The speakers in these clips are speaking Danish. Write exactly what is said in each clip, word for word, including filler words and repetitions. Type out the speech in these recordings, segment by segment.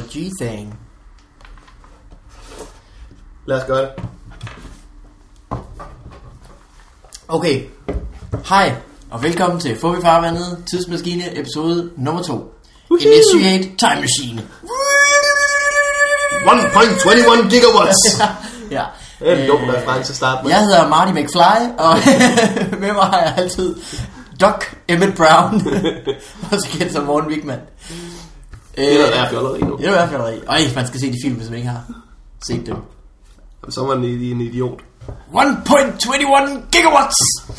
G-thing. Lad os gøre det. Okay. Hej, og velkommen til Fubi Farvandet Tidsmaskine episode nummer to. Initiate Time Machine. one point two one gigawatts. Ja. Det er en dum reference at starte med. Jeg hedder Marty McFly, og med mig har jeg altid Doc Emmett Brown, også kendt som Morten Wigman. Det er der fjolleri nu. Det er der fjolleri. Øj, man skal se de film, hvis man ikke har set dem. Så er man en idiot. one point two one gigawatts.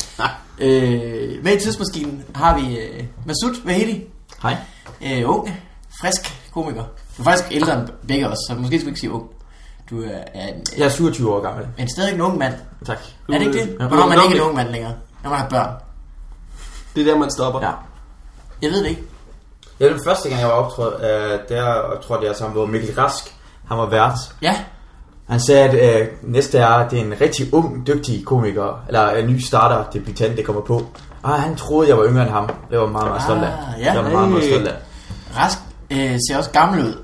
øh, med i tidsmaskinen har vi øh, Masoud Vahedi. Hej. Øh, ung, frisk komiker. Du er faktisk ældre end begge os, så måske skal vi ikke sige ung. Du er en, Jeg er syvogtyve år gammel. men stadig en ung mand. Tak. Er det ikke det? Ja. Hvornår er man ikke en ung mand længere? Når man har børn. Det er der, man stopper. Ja. Jeg ved det ikke. Ja, den første gang jeg var optrådt, øh, der jeg tror jeg sammen, hvor Mikkel Rask, han var vært. Ja. Han sagde, at øh, næste er, det er en rigtig ung, dygtig komiker, eller en ny starter, debutant, det kommer på. Og han troede, jeg var yngre end ham. Det var meget, meget stolt af. Ah, ja. Det var meget, meget stolt af. Rask øh, ser også gammel ud.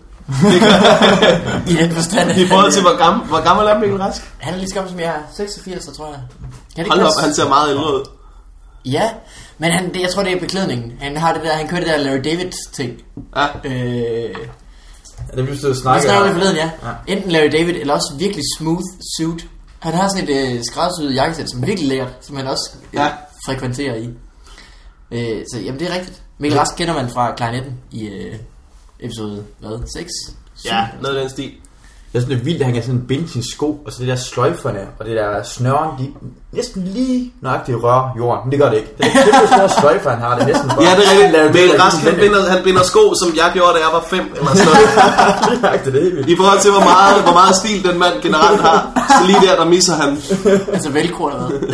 I den forstand. I forhold til, hvor gammel, hvor gammel er Mikkel Rask? Han er lige så gammel som jeg er. seksogfirs, tror jeg. Kan det Hold ikke op, han ser meget ældre ud. Ja, men han, det, jeg tror, det er beklædningen. Han har det der, han kører det der Larry David ting. Ja. Øh, Ja, det vi stod og Vi snakke snakker om. det forleden, ja. Ja. Enten Larry David, eller også virkelig smooth suit. Han har sådan et øh, skræddersyet jakkesæt, som er virkelig lækkert, som han også øh, Ja. frekventerer i. Øh, så jamen, det er rigtigt. Mikkel Rask kender man fra Klarnetten i øh, episode, hvad, seks? Ja, noget af den stil. Jeg synes, det er vildt, at han kan sådan binde sine sko, og så det der sløjferne, og det der snøren, de næsten lige nøjagtigt rører jorden. Men det gør det ikke. Det er kæmpe store sløjfer, han har. Det er næsten bare... Ja, det er rigtigt. Mikkel David, Rask, han binder, han binder sko, som jeg gjorde, da jeg var fem eller sådan noget. det er helt vildt. I forhold til, hvor meget, hvor meget stil den mand generelt har. Så lige der, der misser han. Altså velkro eller hvad?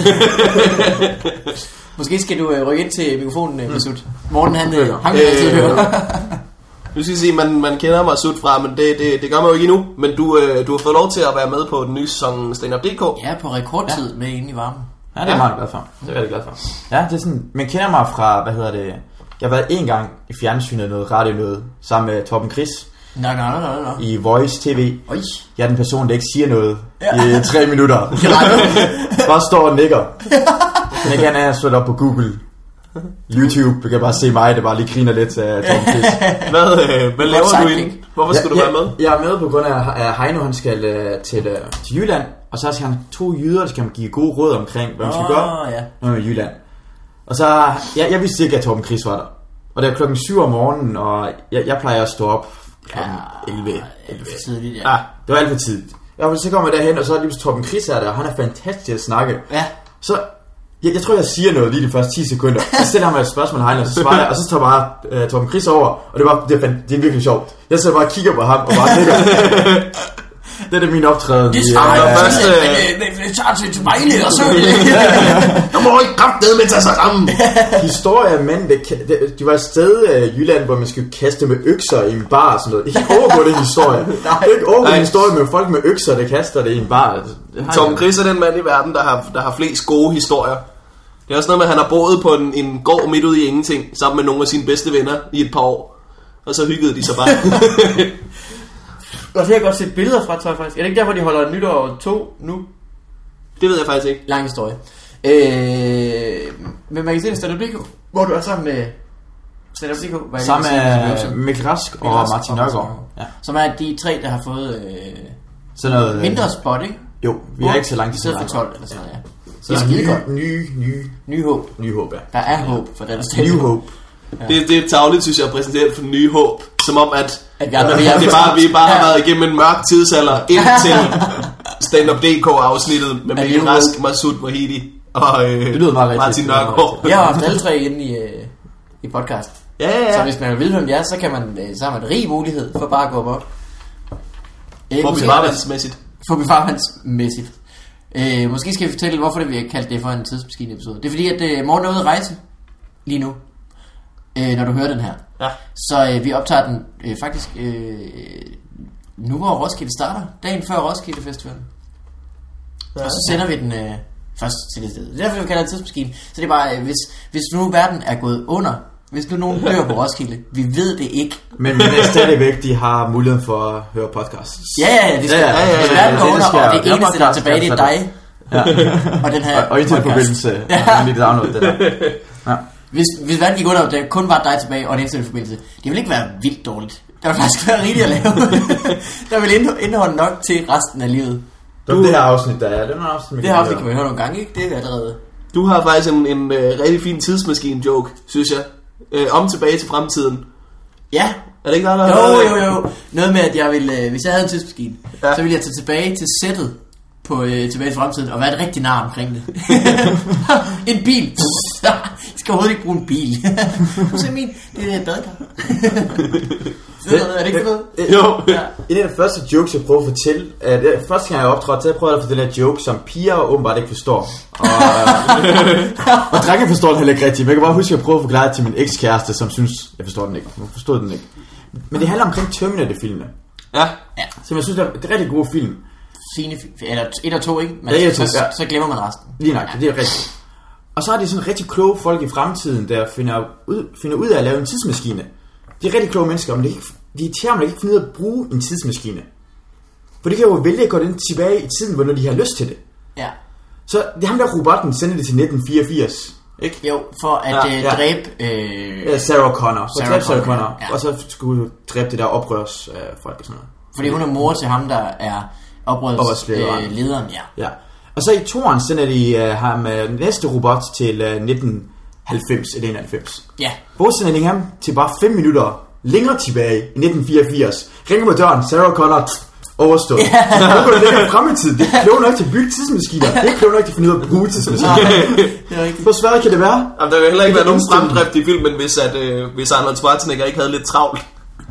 Måske skal du øh, rykke ind til mikrofonen, øh, Masoud. Morten, han, øh, han kan altid høre. Nu skal jeg sige, man, man kender mig sut fra, men det, det, det gør man jo ikke endnu. Men du, øh, du har fået lov til at være med på den nye sæson Stand Up punktum d k. Ja, på rekordtid ja. Med inde i varmen. Ja, det er jeg meget glad for. Det er jeg glad for. Ja, det er sådan, man kender mig fra, hvad hedder det, jeg har været en gang i fjernsynet, noget radio noget, sammen med Torben Chris. Nej, nej, nej, nej. I Voice T V. Oj. Jeg er den person, der ikke siger noget ja. i tre minutter. Bare står og nikker. Men jeg kan have slået op på Google. YouTube, du kan bare se mig, der bare lige griner lidt af Torben Chris. Hvad, øh, hvad laver du ind? Hvorfor skal ja, du være med? Jeg er med på grund af, at Heino han skal uh, til, uh, til Jylland, og så skal han to jyder, der skal han give gode råd omkring, hvad man skal oh, gøre ja. med Jylland. Og så, ja, jeg vidste ikke, at Torben Chris var der. Og det er klokken syv om morgenen, og jeg, jeg plejer at stå op klokken ja, elleve. elleve. For tidligt, ja. ja. Det var alt for tidligt. Og så kommer jeg derhen, og så er lige Torben Chris er der, og han er fantastisk at snakke. Ja. Så Jeg, jeg tror, jeg siger noget lige de første ti sekunder. Så stiller han mig et spørgsmål, og så svarer jeg, og så tager bare uh, Torben Chris over, og det, var, det, er, det er virkelig sjovt. Jeg sidder bare og kigger på ham, og bare nikker. Det er min optræden. Det svarer jeg først. Det tager til til Vejle, og så... Nu må ikke kraftedeme med tage sig sammen. Historie, men det, det, det var et sted i uh, Jylland, hvor man skulle kaste med økser i en bar og sådan noget. Det kan ikke overgå den historie. Det er ikke overgå den historie med folk med økser, der kaster det i en bar. Torben Chris er den mand i verden, der har, der har flest gode historier. Det er også noget med, at han har boet på en, en gård midt ude i ingenting, sammen med nogle af sine bedste venner i et par år. Og så hyggede de sig bare. Og så har jeg godt set billeder fra, tror jeg faktisk. Er det ikke der, hvor de holder nytår to nu? Det ved jeg faktisk ikke. Lang historie. Øh, men man kan se det Stand Up punktum d k, hvor du er sammen med Stand Up punktum d k. Sammen med Mikkel Rask og Martin Nørgaard. Ja. Som er de tre, der har fået øh, sådan noget, mindre spot, ikke? Jo, vi er ikke så langt i stedet for tolv eller sådan noget, ja. Så det er nye, nye, nye, nye håb. Nye håb, ja. Der er ja. håb for den sted. Nye håb. Ja. Det, det er tavligt, synes jeg, at præsentere det for nye håb. Som om, at, at vi, andre, vi, er det bare, vi bare ja. har været igennem en mørk tidsalder indtil Stand Up punktum d k afsnittet med Mikkel Rask, Masoud Vahedi og øh, Martin Nørgaard. Jeg har haft alle tre inde i, øh, i podcast. Ja, ja, ja. Så hvis man vil vide, hvem det er, så kan man øh, så har man en rig mulighed for bare at gå op. Forbi farvandsmæssigt. Forbi farvandsmæssigt. Øh, måske skal vi fortælle, hvorfor det vi har kaldt det for en tidsmaskine episode. Det er fordi, at øh, Morten er ude at rejse lige nu, øh, når du hører den her. Ja. Så øh, vi optager den øh, faktisk øh, nu, hvor Roskilde starter. Dagen før Roskilde Festivalen. Ja. Og så sender vi den øh, først til det sted. Det er derfor, vi kalder det en tidsmaskine. Så det er bare, øh, hvis, hvis nu verden er gået under Hvis nu nogen dør på Roskilde, vi ved det ikke. Men, men stadigvæk, de har muligheden for at høre podcasts. Ja, ja, det skal. Ja, ja, ja, ja, ja, ja, det skal, og det eneste, der er tilbage, det er dig. Ja. og den her og, og internetforbindelse. Ja. Lige download det der. Ja. Hvis, hvis verden gik under, og der kun var dig tilbage og en internetforbindelse, det ville ikke være vildt dårligt. Der ville faktisk være rigeligt at lave. Der ville indeholde nok til resten af livet. Du, det her afsnit, der er. Det, er afsnit, det her afsnit kan man høre nogle gange, ikke? Det er allerede. Du har faktisk en, en uh, rigtig fin tidsmaskine-joke, synes jeg. Uh, om tilbage til fremtiden. Ja. Er det ikke der, der Jo, jo, jo. Noget med, at jeg ville, uh, hvis jeg havde en tidsmaskine, ja. så ville jeg tage tilbage til sættet på uh, tilbage til fremtiden og være et rigtig nar omkring det. En bil. Jeg skal overhovedet ikke bruge en bil. Du ser min, det er et badekar. Det, er det ikke noget? Jo. Ja. En af de første jokes, jeg prøver at fortælle, at uh, første gang jeg optrådte, så jeg prøvede at fortælle en joke, som piger åbenbart ikke forstår. Og, uh, og drenge forstår den heller ikke rigtigt. Men jeg kan bare huske, at jeg prøvede at forklare det til min ekskæreste, som synes, jeg forstår den ikke. Hun forstod den ikke. Men det handler omkring Terminator-filmene. Ja. Ja. Så jeg synes, det er en rigtig god film. Sine, eller et og to, ikke? Men ja, så, så, så glemmer man resten. Lige nok, ja. Det er rigtigt. Og så er de sådan rigtig kloge folk i fremtiden, der finder ud, finder ud af at lave en tidsmaskine. De er rigtig kloge mennesker, men de, ikke, de irriterer mig ikke finde ud af at bruge en tidsmaskine. For de kan jo vælge at gå den tilbage i tiden, hvornår de har lyst til det. Ja. Så det er ham der robotten, sender det til nitten fireogfirs, ikke? Jo, for at ja, øh, ja. dræbe øh, ja, Sarah Connor. For Sarah at dræbe Sarah Connor. Ja. Og så skulle dræbe det der oprørs øh, folk og sådan noget. Fordi hun er mor til ham, der er oprørs øh, lederen, ja. Ja. Og så i toeren sender de uh, ham uh, næste robot til uh, nitten halvfems eller enoghalvfems. Ja. Hvor sender de ham til bare fem minutter længere tilbage i nitten fireogfirs. Ringer på døren, Sarah Connor overstået. Ja. Så nu går det længere frem i tid. Det er klogt nok til at bygge tidsmaskiner. Det er ikke klogt nok til at finde ud af at bruge tidsmaskiner. Det er rigtigt. Hvor svært kan det være? Jamen, der vil heller ikke være nogen fremdrift i filmen, hvis, at, øh, hvis Arnold Schwarzenegger ikke havde lidt travlt.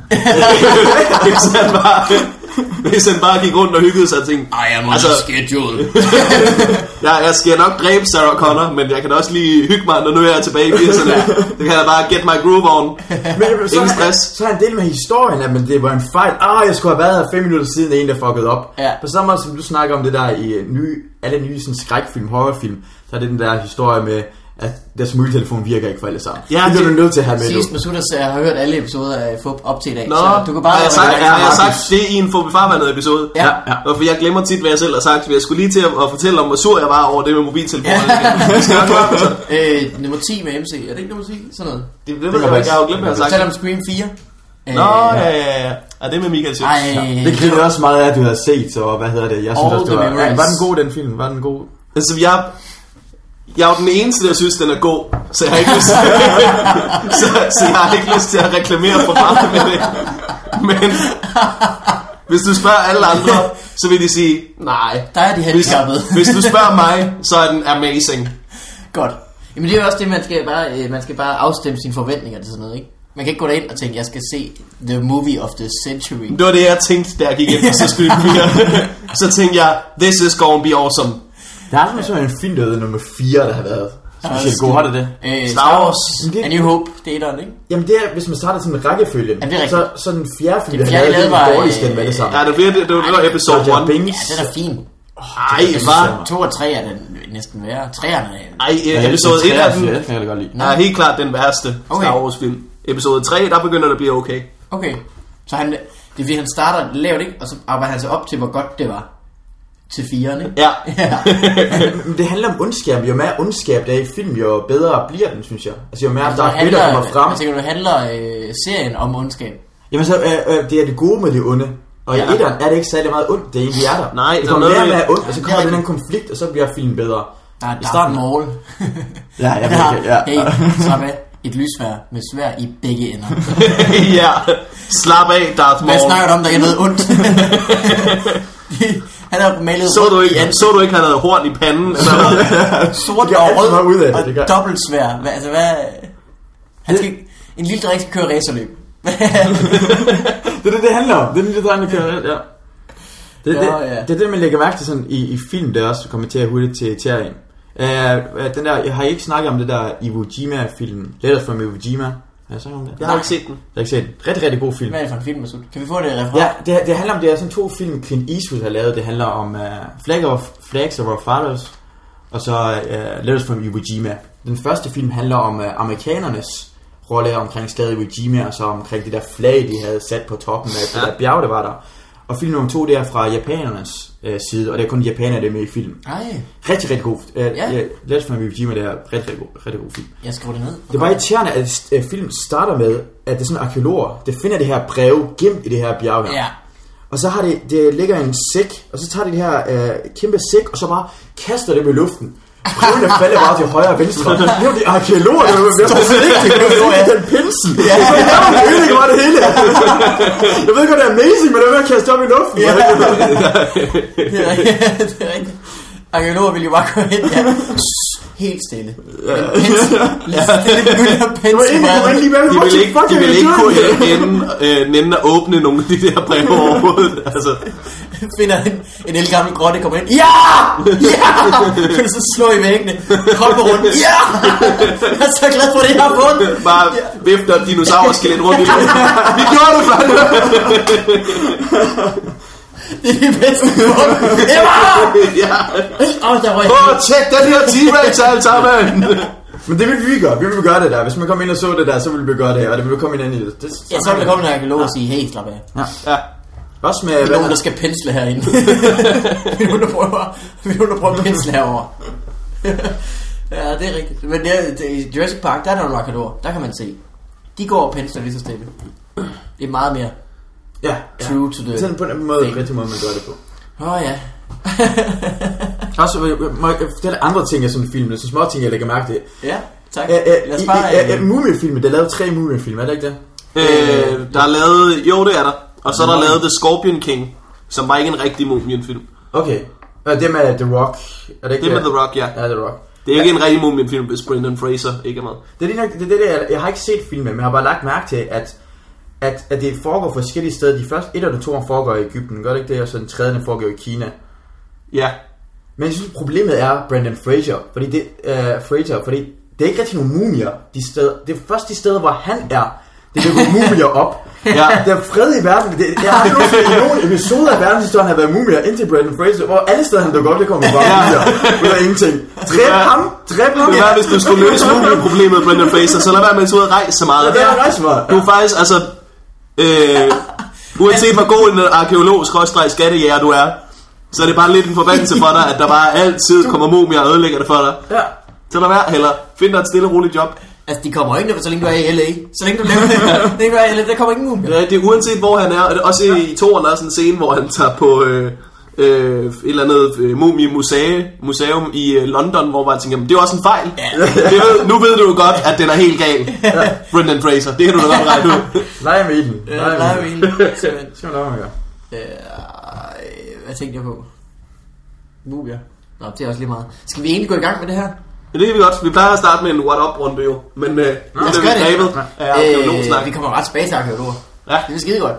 hvis, han bare, hvis han bare gik rundt og hyggede sig og tænkte, I am on altså, schedule. jeg, jeg skal nok dræbe Sarah Connor, men jeg kan også lige hygge mig, når nu jeg er tilbage i firserne. Det kan jeg bare get my groove on. Men så, ingen stress. Så er en del med historien, at men det var en fejl. Ah, jeg skulle have været her fem minutter siden, en der fuckede op. Ja. På samme måde som du snakker om det der i nye, alle nye sådan, skrækfilm, horrorfilm, så er det den der historie med at deres mobiltelefon virker ikke for alle sammen. Ja, det er du nødt til at have med. Sidst med Sutter, jeg har hørt alle episoder af F U B op til i dag. Nå, så du kan bare... har jeg sagt, jeg, jeg har sagt det i en Fobi Farvandet episode. Ja. Ja. For jeg glemmer tit, hvad jeg selv har sagt. Så jeg skulle lige til at, at fortælle om, hvor sur jeg var over det med mobiltelefonen. Ja. Det skal jeg nok høre. øh, nummer ti med M C. Er det ikke nummer ti? Sådan noget. Det, det, det ved jeg ikke. Jeg har jo glemt, hvad jeg har sagt. Fortæl om Scream fire. Nå, ja, ja, ja. Ja, det med Michael Schøtz. Ej. Det griner også meget af, at du havde set, så hvad hedder det? Jeg synes også, det var... Ja, var den god, den film? Var den god? Altså, jeg... Jeg er jo den eneste, der synes, den er god, så jeg har ikke lyst til, så, så jeg har ikke lyst til at reklamere for meget med det. Men hvis du spørger alle andre, så vil de sige, nej. Der er de handicappede. Hvis, hvis du spørger mig, så er den amazing. Godt. Jamen det er jo også det, man skal bare, man skal bare afstemme sine forventninger til sådan noget, ikke? Man kan ikke gå derind og tænke, jeg skal se the movie of the century. Det var det, jeg tænkte, da jeg gik ind og så Scream fire. Så tænkte jeg, this is gonna be awesome. Der er altså en film, der nummer fire, der har været specielt god. Har det det? Øh, Star Wars, A New Hope, det er etteren, ikke? Jamen det er, hvis man starter sådan en rækkefølge, ja, så, så den fjerde film, den fjerde, der havde var, den dårligste med det samme. Ja, det var, det, det var episode et. Ja, den er fin. Ej, hvad? to og tre er den næsten værre. treeren er... Ej, episode et er den... Det kan jeg godt lide. Ja, helt klart den værste Star Wars film. Episode tre, der begynder det at blive okay. Okay. Så han, det er fordi han starter lavt, ikke? Og så arbejder han sig op til, hvor godt det var. Til firerne. Ja. Men det handler om ondskab. Jo mere ondskab der er i film, jo bedre bliver den, synes jeg. Altså jo mere altså, der er det, der kommer frem. Jeg tænker, du handler øh, serien om ondskab. Jamen så, øh, øh, det er det gode med det onde. Og ja. I etteren er det ikke særlig meget ondt, det er egentlig er der. Nej, det kommer mere med ondt, og så kommer den en konflikt, og så bliver filmen bedre. Der er Darth Maul. Ja, jeg ved ikke, ja. Hey, slap af. Et lysvær med svær i begge ender. Ja, slap af, Darth Maul. Hvad snakker du om, der er noget ondt? Han har malet så du ikke, så du ikke, han havde horn i panden? Eller? Sort og rød og dobbelt svær. Altså, hvad... Han skal... En lille dreng skal køre racerløb. Det er det, det handler om. Det er en lille dreng, der kører, ja. Det, det, ja, ja. det er det, man lægger mærke til sådan, i, i film, der også kommer til at hurtigt til terrien. Uh, den der, jeg har ikke snakket om det der Iwo Jima-film. Letters from Iwo Jima. Har jeg snakket om det? Jeg har ikke set den. Jeg har ikke set den. Rigtig, rigtig god film. Hvad er det for en film, Masud? Kan vi få det referat? Ja, det, det handler om, det er sådan to film, Clint Eastwood har lavet. Det handler om uh, Flag of, Flags of Our Fathers, og så uh, Letters from Iwo Jima. Den første film handler om uh, amerikanernes rolle omkring stadig Iwo Jima, og så omkring det der flag, de havde sat på toppen af det ja. der bjerg, der var der. Og film nummer to, det er fra japanernes øh, side, og det er kun japanere, der er med i film. Ej. Rigtig, rigtig god. Øh, ja. ja, Let's from Iwo Jima, det er rigtig, rigtig god, rigtig god film. Jeg skriver det ned. Det var irriterende, at øh, filmen starter med, at det er sådan arkeologer, der finder det her brev gemt i det her bjerg her. Ja. Og så har det, det ligger en sæk, og så tager de det her øh, kæmpe sæk, og så bare kaster det med luften. Brevene falder bare til højre og venstre. Det er jo de arkeologer, der er vigtigt. Det er den pinsen. Så jeg ødelægger bare det hele. Jeg ved godt, det er amazing, men det er ved at kaste op i luften. Ja. Det er rigtigt. Det er rigtigt. Arkeologer vil jo bare gå hen, ja. Helt stille. Men pensel. Lige stille begynder at pensel. De vil ikke, de vil ikke gå hen øh, nænde at åbne nogle af de der breve overhovedet. Altså. Finder en, en elgammel grotte, kommer ind. Ja! Ja! Så slår i væggene. Hopper rundt. Ja! Jeg er så glad for det, jeg har fået. Bare vifter et dinosaur-skelet rundt i luften. Vi gjorde det, fanden! Det er det bedste for. Emma! Ja. Åh, der røg. Åh, tjek den her T-Rex alle sammen! Men det vil vi gøre. Vi vil gøre det der. Hvis man kommer ind og så det der, så vil vi gøre det her. Og det vil komme ind i det. det ja, så vil der komme en arkeolog og sige, hey, slap af. Ja. Ja. Også med... Vi er nogen, der skal pensle herinde. Vi er nogen, der prøver, vi er nogen, der prøver at pensle herovre. Ja, det er rigtigt. Men det er, det, i Jurassic Park, der er der nogle arkeologer. Der kan man se. De går og pensler lige så stille. Det er meget mere ja, true ja. to the... Sådan på den måde, rigtig måde, man gør det på. Åh oh, ja. Også må jeg fortælle andre ting af sådan en film, så små ting, jeg lægger mærke til. Ja, tak. Lad os bare... Mumie-filmen, der er lavet tre Mumie-film, er det ikke det? Øh, der er lavet... Jo, det er der. Og så er der mm. lavet The Scorpion King, som var ikke en rigtig Mumien-film. Okay. Og det med The Rock, er det ikke det? Det med The Rock, ja. Ja, The Rock. Det er ikke ja. en rigtig Mumien-film, hvis Brendan Fraser ikke er med. Det er det, det, det, jeg, jeg har ikke set filmen, men jeg har bare lagt mærke til, at At, at det foregår forskellige steder. De første et eller to foregår i Egypten, gør det ikke det? Og så den tredje foregår i Kina. Ja. Men jeg synes, problemet er Brendan Fraser. Fordi det, uh, Fraser, fordi det er ikke rigtig nogle mumier. De steder, det er først de steder, hvor han er. Det er jo mumier op. Ja. Der er fred i verden. Det, jeg har ikke i nogen episode af verdenshistorien har været mumier indtil Brendan Fraser, hvor alle steder han dukker op, det kommer bare mumier. Ud af ingenting. Dræb ham! Dræb ham! Det er hvis du skulle løse mumie-problemet med Brendan Fraser, så lad være med at ud og rejse så meget. Ja, det er rejse meget. Du er faktisk, altså... Øh, uanset hvor god en arkeolog-skattejæger du er, så er det bare lidt en forbandelse for dig, at der bare altid kommer mumier og ødelægger det for dig. Ja. Så lad være heller. Find dig et stille og roligt job. Altså de kommer ikke, så længe du er i L A. Så længe du lever det, det er i L A, der kommer ingen mumier. Ja, det er uanset hvor han er. Og det er også i toeren der er sådan en scene, hvor han tager på øh, øh, et eller andet øh, mumie-museum museum i øh, London, hvor man tænker, det er også en fejl. Ja. Det ved, nu ved du jo godt, at den er helt gal. Ja. Brendan Fraser, det kan du da godt regne ud. Lege med den. Ja, lege med den. Simpelthen. Hvad tænkte jeg på? Mumier. Nå, det er også lige meget. Skal vi egentlig gå i gang med det her? Ja, det kan vi godt. Vi plejer at starte med en what-up-runde jo. Men øh, Nå, det er vi grebet af arkeologsnak. Øh, vi kommer ret tilbage til arkeologer. Ja. Det er skide godt.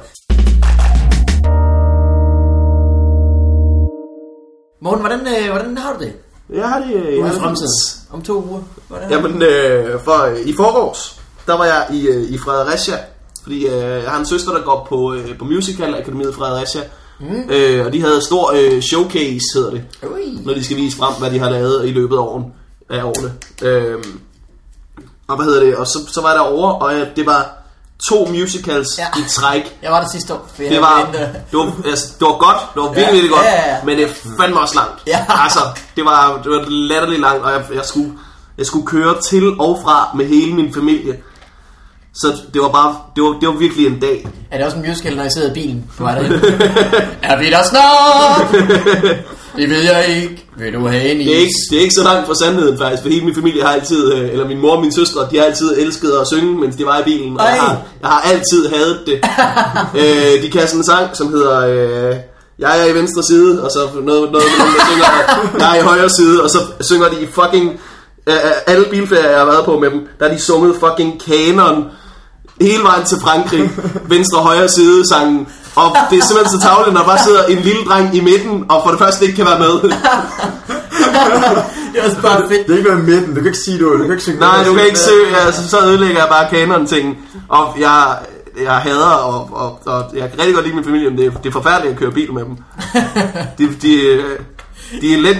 Morten, hvordan, øh, hvordan har du det? Jeg har det... Ude i fremtiden. Om to uger. Hvordan Jamen, øh, for, øh, i forgårs, der var jeg i, øh, i Fredericia. Fordi øh, jeg har en søster, der går på, øh, på Musical Akademiet i Fredericia. Mm. Øh, og de havde stor øh, showcase, hedder det. Ui. Når de skal vise frem, hvad de har lavet i løbet af årene. Af årene. Øh, og hvad hedder det? Og så, så var jeg derovre, og øh, det var to musicals ja. i træk. Jeg var der sidste år. Det var, det, var, altså, det var godt. Det var virkelig, ja. virkelig godt. Ja, ja, ja. Men det fandme også langt. Ja. Altså, det var, det var latterligt langt, og jeg, jeg, skulle, jeg skulle køre til og fra med hele min familie. Så det var bare, det var, det var virkelig en dag. Er det også en musical, når I sidder i bilen? Du er derinde. Er vi der snart? Det ved jeg ikke. Vil du have en is? Det er ikke, det er ikke så langt fra sandheden faktisk, for hele min familie har altid, eller min mor og min søstre, de har altid elsket at synge, mens de var i bilen. Og jeg har, jeg har altid hadet det. øh, de kan sådan en sang, som hedder... Øh, jeg er i venstre side, og så noget, noget, noget der synger, jeg er i højre side, og så synger de fucking... Uh, alle bilferier jeg har været på med dem, der er de sunget fucking kanon hele vejen til Frankrig, venstre og højre side sangen, og det er simpelthen så tavligt, når der bare sidder en lille dreng i midten og for det første ikke kan være med. Det er også bare fedt. Det er ikke noget midten, du kan ikke sige du, du kan ikke synge. Nej, du kan ikke søge, altså, så ødelægger jeg bare kanon ting, og jeg jeg hader og, og, og jeg kan rigtig godt lide min familie, men det er, det er forfærdeligt at køre bil med dem. De, de, de er elendige.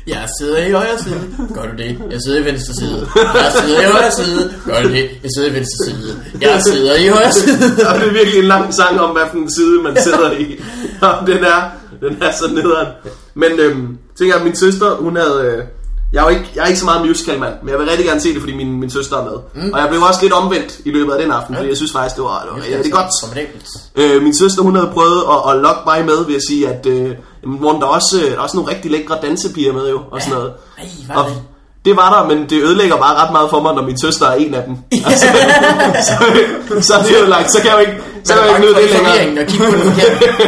Jeg sidder i højre side. Gør du det? Jeg sidder i venstre side. Jeg sidder i højre side. Gør du det? Jeg sidder i venstre side. Jeg sidder i højre side. Og det er virkelig en lang sang om, hvad for en side man sidder i. Og den er, den er så nederen. Men øhm, tænker jeg, min søster, hun havde... Øh, jeg, er jo ikke, jeg er ikke så meget musical-mand, men jeg vil rigtig gerne se det, fordi min, min søster er med. Mm. Og jeg blev også lidt omvendt i løbet af den aften, fordi jeg synes faktisk, det var, det var ja, det er godt. Øh, min søster, hun havde prøvet at, at lokke mig med ved at sige, at øh, der er også, der er også nogle rigtig lækre dansepiger med jo, og sådan noget. Ej, og det? det var der, men det ødelægger bare ret meget for mig, når min søster er en af dem. Altså, så, så er det jo like, så kan jeg jo ikke, så kan jeg ikke nyde det længere. Og kigge på det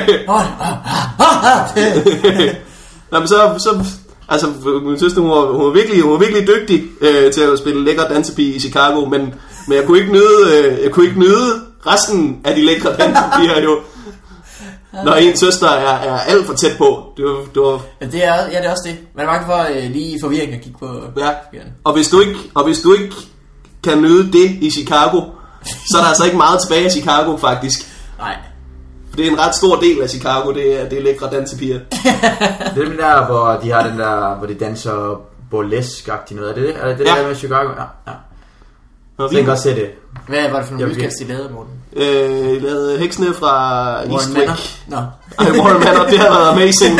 forkert. Jamen så, så altså min søster, hun var, hun var virkelig, hun var virkelig dygtig øh, til at spille lækker dansepige i Chicago, men, men jeg kunne ikke nyde, øh, jeg kunne ikke nyde resten af de lækre dansepiger jo. Når en søster er, er alt for tæt på. Det var, det var... Ja, det er, ja, det er også det. Man er bange for øh, lige forvirring at kigge på. Ja. Og hvis du ikke, og hvis du ikke kan nyde det i Chicago, så er der altså ikke meget tilbage i Chicago faktisk. Nej. For det er en ret stor del af Chicago, det er, det er lækre dansepiger. Det er den der, hvor de har den der, hvor de danser burlesk-agtigt noget. Er det det? Er det, det ja. der med Chicago? Ja. Ja. Så jeg kan godt se det. Hvad var det for nogle musicals, de lavede, Morten? Øh, de lavede Heksene fra Eastwick. Nå. Ej, Warren Manor, det har været amazing.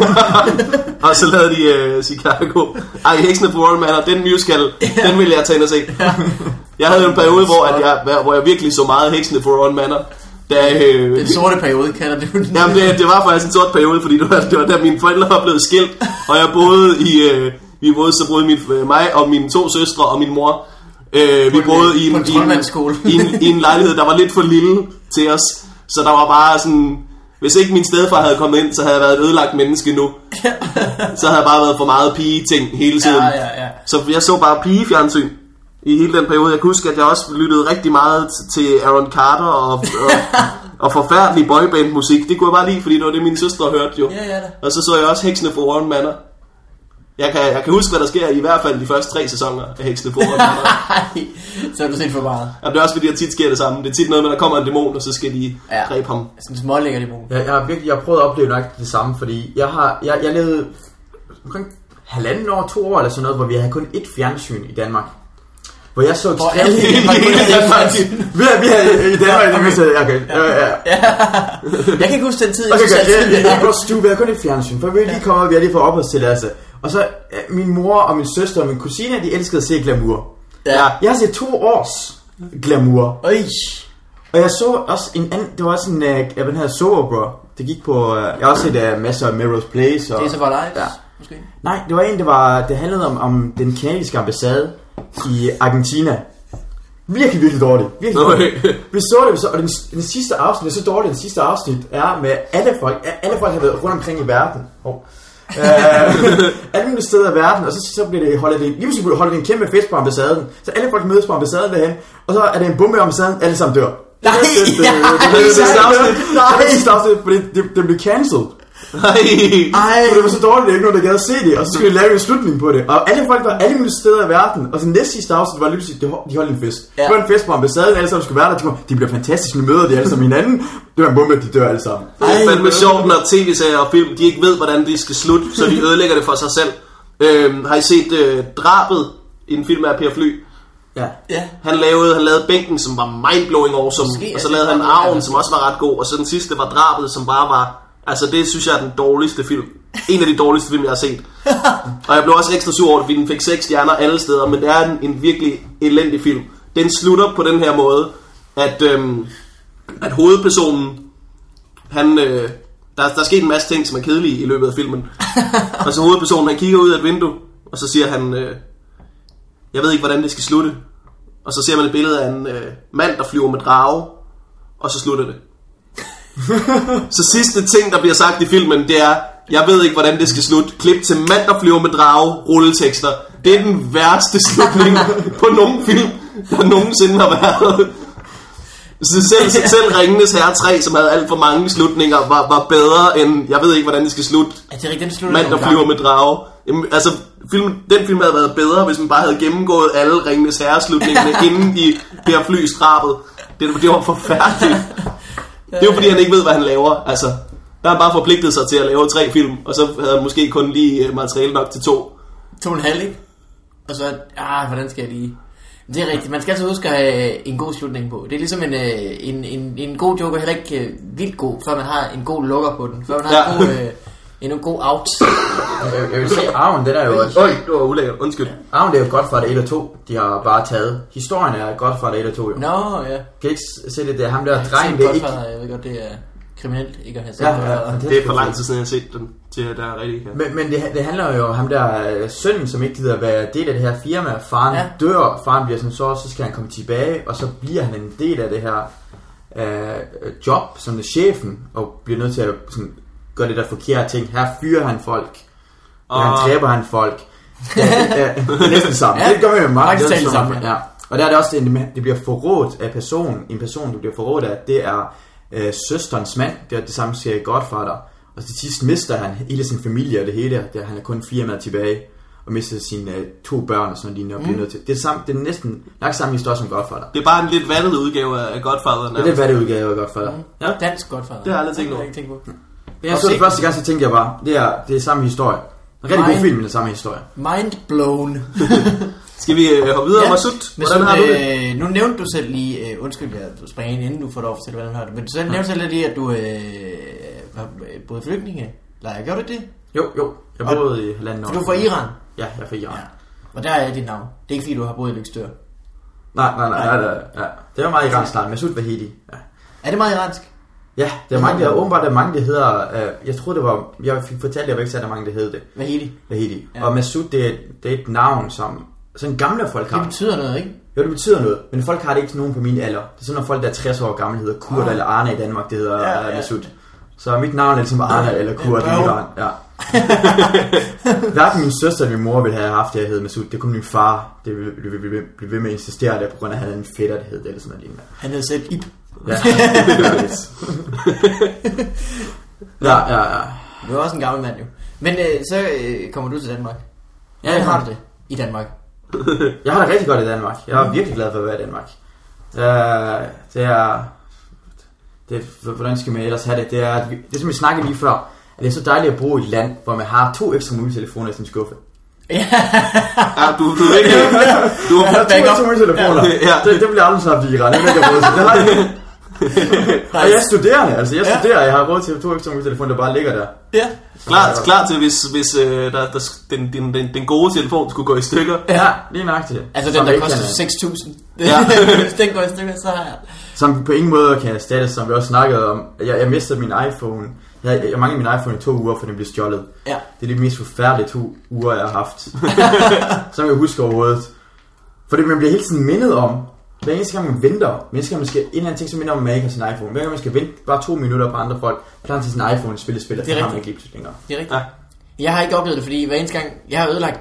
Og så lavede de uh, Chicago. Ej, Heksene fra Warren Manor, den musical, den ville jeg tage ind og se. Jeg havde en periode, hvor, at jeg, hvor jeg virkelig så meget Heksene fra Warren Manor. Da, øh, den sorte periode, kalder det. Jamen, det, det var faktisk en sort periode, fordi det var, det var da mine forældre var blevet skilt, og jeg boede i, øh, vi boede, så boede min, mig og mine to søstre og min mor. Øh, vi boede i en, en, i, en, i en lejlighed, der var lidt for lille til os. Så der var bare sådan, hvis ikke min stedfar havde kommet ind, så havde jeg været et ødelagt menneske nu. Så havde jeg bare været for meget pige-ting hele tiden. Ja, ja, ja. Så jeg så bare pige-fjernsyn i hele den periode. Jeg kan huske, at jeg også lyttede rigtig meget til Aaron Carter og, og, og forfærdelig boyband-musik. Det kunne jeg bare lide, fordi det var det, mine søstre hørte jo. Ja, ja, da. Og så så jeg også Heksene fra Warren Manor. Jeg kan, jeg kan huske, hvad der sker i hvert fald de første tre sæsoner af Heksene fra Warren Manor. Så er du set for meget. Jamen, det er også fordi, at tit sker det samme. Det er tit noget med, at der kommer en dæmon, og så skal de ja. dræbe ham. Sådan en smålækker dæmon. Ja, jeg har virkelig, jeg har prøvet at opleve nok det samme, fordi jeg har, jeg, jeg levede omkring halvanden år, to år eller sådan noget, hvor vi havde kun ét fjernsyn i Danmark. Hvor jeg så ekstremt... alle i Danmark. Vi har, vi har i Danmark, okay, okay. okay. Ja, ja. Jeg kan ikke huske den tid, jeg okay, synes okay, altid. Jeg kan stue, vi har kun et fjernsyn, for vi er lige kommet, vi har lige fået opholdstilladelse. Og så min mor og min søster og min kusine, de elskede at se glamour. Ja. Jeg har set to års glamour. Øj. Og jeg så også en anden, det var også en, uh, den her Sober Bro. Det gik på, uh, jeg har også set uh, masser af Melrose Place. Og, det er så bare live, ja. Måske? Nej, det var en, det var, det handlede om, om den kanadiske ambassade i Argentina. Virkelig, virkelig dårligt. Virkelig dårligt. Vi så det, og den, den sidste afsnit, det er så dårligt, den sidste afsnit er med alle folk, alle folk har været rundt omkring i verden. Oh. uh, alle mulige steder i verden, og så, så bliver det holdt, lige pludselig holder det en kæmpe fest på ambassaden, så alle folk mødes på ambassaden derhen, og så er det en bombe i ambassaden, alle sammen dør. Nej, det, det, det, det, det, sidste afsnit, det sidste afsnit, fordi det, det blev cancelled. Ej, for det var så dårligt, det er ikke nogen, der gad at se det, og så skulle de lave en slutning på det. Og alle folk var alle mulige steder i verden, og så næste sidste afsnit var lige pludselig, de holdt en fest. Ja. Det var en fest på ambassaden, alle sammen skulle være der, de, de bliver fantastiske, nu møder de alle sammen hinanden. Det var en bombe, de dør alle sammen. Det er fandme sjovt, når tv-serier og film, de ikke ved, hvordan de skal slutte, så de ødelægger det for sig selv. Øhm, har I set øh, Drabet i en film af Per Fly? Ja. Ja. Han lavede, han lavede Bænken, som var mindblowing awesome, og så lavede han Arven, som også var ret god, og så den sidste var Drabet, som bare var... Altså det synes jeg er den dårligste film. En af de dårligste film jeg har set. Og jeg blev også ekstra sur over det, fordi den fik seks stjerner alle steder. Men det er en, en virkelig elendig film. Den slutter på den her måde, at, øhm, at hovedpersonen, han, øh, der, der er sket en masse ting, som er kedelige i løbet af filmen. Og så hovedpersonen, han kigger ud af et vindue, og så siger han, øh, jeg ved ikke hvordan det skal slutte. Og så ser man et billede af en øh, mand, der flyver med drage, og så slutter det. Så sidste ting, der bliver sagt i filmen, det er, jeg ved ikke, hvordan det skal slutte. Klip til mand, der flyver med drage, rulletekster. Det er den værste slutning på nogen film, der nogensinde har været. Så selv, selv Ringenes Herre tre, som havde alt for mange slutninger, var, var bedre end, jeg ved ikke, hvordan det skal slutte. Er det rigtigt, den mand, der flyver med drage. Jamen, altså, film, den film havde været bedre, hvis man bare havde gennemgået alle Ringenes Herre-slutningerne inden i Per Flys Drabet. Det, det var forfærdeligt. Det er jo fordi, han ikke ved, hvad han laver. Altså, Der har han bare forpligtet sig til at lave tre film, og så havde han måske kun lige materiale nok til to. To og en halv, ikke? Og så, ah, hvordan skal jeg lige... Det er rigtigt, man skal altså huske at have en god slutning på. Det er ligesom en, en, en, en god joke, heller ikke vildt god, før man har en god lukker på den. Før man har ja. en, god, øh, en god out. Jeg, jeg vil sige, Arven, den er jo... Øj, det var ulækkert, undskyld. Arven, det er jo godt for det et og to. De har bare taget. Historien er godt for det et og to, jo. Nå, ja. Kan ikke se det, det er ham der drengen, det er ikke... Jeg ved godt, det er kriminelt ikke at have set. Ja, ja, og... det er for lang tid siden, jeg har set den, til at der er rigtig... Men, men det, det handler jo om ham der sønnen, som ikke gider være del af det her firma. Faren ja. dør, faren bliver sådan så, så skal han komme tilbage, og så bliver han en del af det her øh, job, som er chefen, og bliver nødt til at sådan, gøre det der forkerte ting. Her fyrer han folk, og her dræber han folk. Ja, ja, det er næsten sammen. Ja, det gør man jo meget. Det det sammen, ja. Og der er det også, det, det bliver forrådt af person, en person, du bliver forrådt af, det er øh, søsterens mand, det er det samme siger Godfather. Og til sidst mister han hele sin familie og det hele, der han er kun fire med tilbage, og mister sine øh, to børn og sådan noget, mm. bliver nødt til. Det er, samme, det er næsten nok samme historie som Godfather. Det er bare en lidt vattet udgave af Godfather. Det er lidt vattet udgave af Godfather. Mm. Ja, dansk Godfather. Det har jeg aldrig tænkt over. Tænkt på. Jeg så det første gang, så tænkte jeg bare, det er, det er samme historie. En rigtig god film, men det er samme historie. Mind blown. Skal vi øh, hoppe videre, ja. Masud? Hvordan har du det? Øh, nu nævnte du selv lige, øh, undskyld, jeg springer ind, inden du får lov at fortælle, hvordan du har det, men du selv nævnte selv lige, at du øh, var både flygtninge. Leger, gjorde du det? Jo, jo. Jeg har boet i halvanden år. For du er fra Iran? Ja, jeg er fra Iran. Ja. Og der er dit navn. Det er ikke fordi, du har boet i Løgstør? Nej, nej, nej. nej, nej ja. Det var meget iransk navn. Masud Vahidi. Ja. Er det meget iransk? Ja, der er mange, der åbenbart er mange, der hedder, uh, jeg troede det var, jeg fik fortalt, jeg var ikke så, at der er mange, der hed det. Vahidi. Vahidi. Ja. Og Masud, det er, det er et navn, som sådan gamle folk har. Det betyder noget, ikke? Jo, det betyder noget, men folk har det ikke nogen på min alder. Det er sådan, når folk, der er tres år gamle, hedder Kurt oh. eller Arne i Danmark, det hedder ja, ja. Masud. Så mit navn er ligesom Arne eller Kurt ja, i Iran. Ja. Hverken min søster eller min mor ville have haft det, jeg hed Masud. Det kunne min far, det ville blive ved med at insistere der, på grund af, at han havde en fætter, der hed det, eller sådan noget lignende. Han havde selv Ib. Ja, ja, ja, ja. Du er også en gammel mand jo. Men øh, så øh, kommer du til Danmark. Ja, hvordan har du det i Danmark? Jeg har det rigtig godt i Danmark. Jeg er virkelig glad for at være i Danmark. Uh, det er... Det, hvordan skal man ellers have det? Det er, det som vi snakkede lige før, at det er så dejligt at bo i et land, hvor man har to ekstra mobiltelefoner i sin skuffe. Ja, du, du er ikke... Du har to ekstra mobiltelefoner. Ja. Det, det bliver aldrig så blive ret. Det har jeg. Og jeg er studerende, altså jeg studerer, jeg har råd til to ekstra mobiltelefoner, der bare ligger der. Ja. Klar, klar til, hvis, hvis uh, der, der, den, den, den, den gode telefon skulle gå i stykker. Ja, lige nok til. Altså den, der koster seks tusind. Ja. Hvis den går i stykker, så har jeg... Som på ingen måde kan erstattes, som vi også snakkede om. Jeg, jeg mistede min iPhone. Jeg, jeg manglede min iPhone i to uger, for den blev stjålet. Ja. Det er de mest forfærdelige to uger, jeg har haft. Som jeg husker overhovedet. For det, man bliver hele tiden mindet om, hver eneste gang man venter, hver eneste gang man skal en eller anden ting, som minder om, at man ikke har sin iPhone. Hver gang man skal vente bare to minutter på andre folk, klar til sin iPhone, spille spiller, så har man ikke lige pludselig længere. Det er rigtigt. Ja. Jeg har ikke oplevet det, fordi hver eneste gang, jeg har ødelagt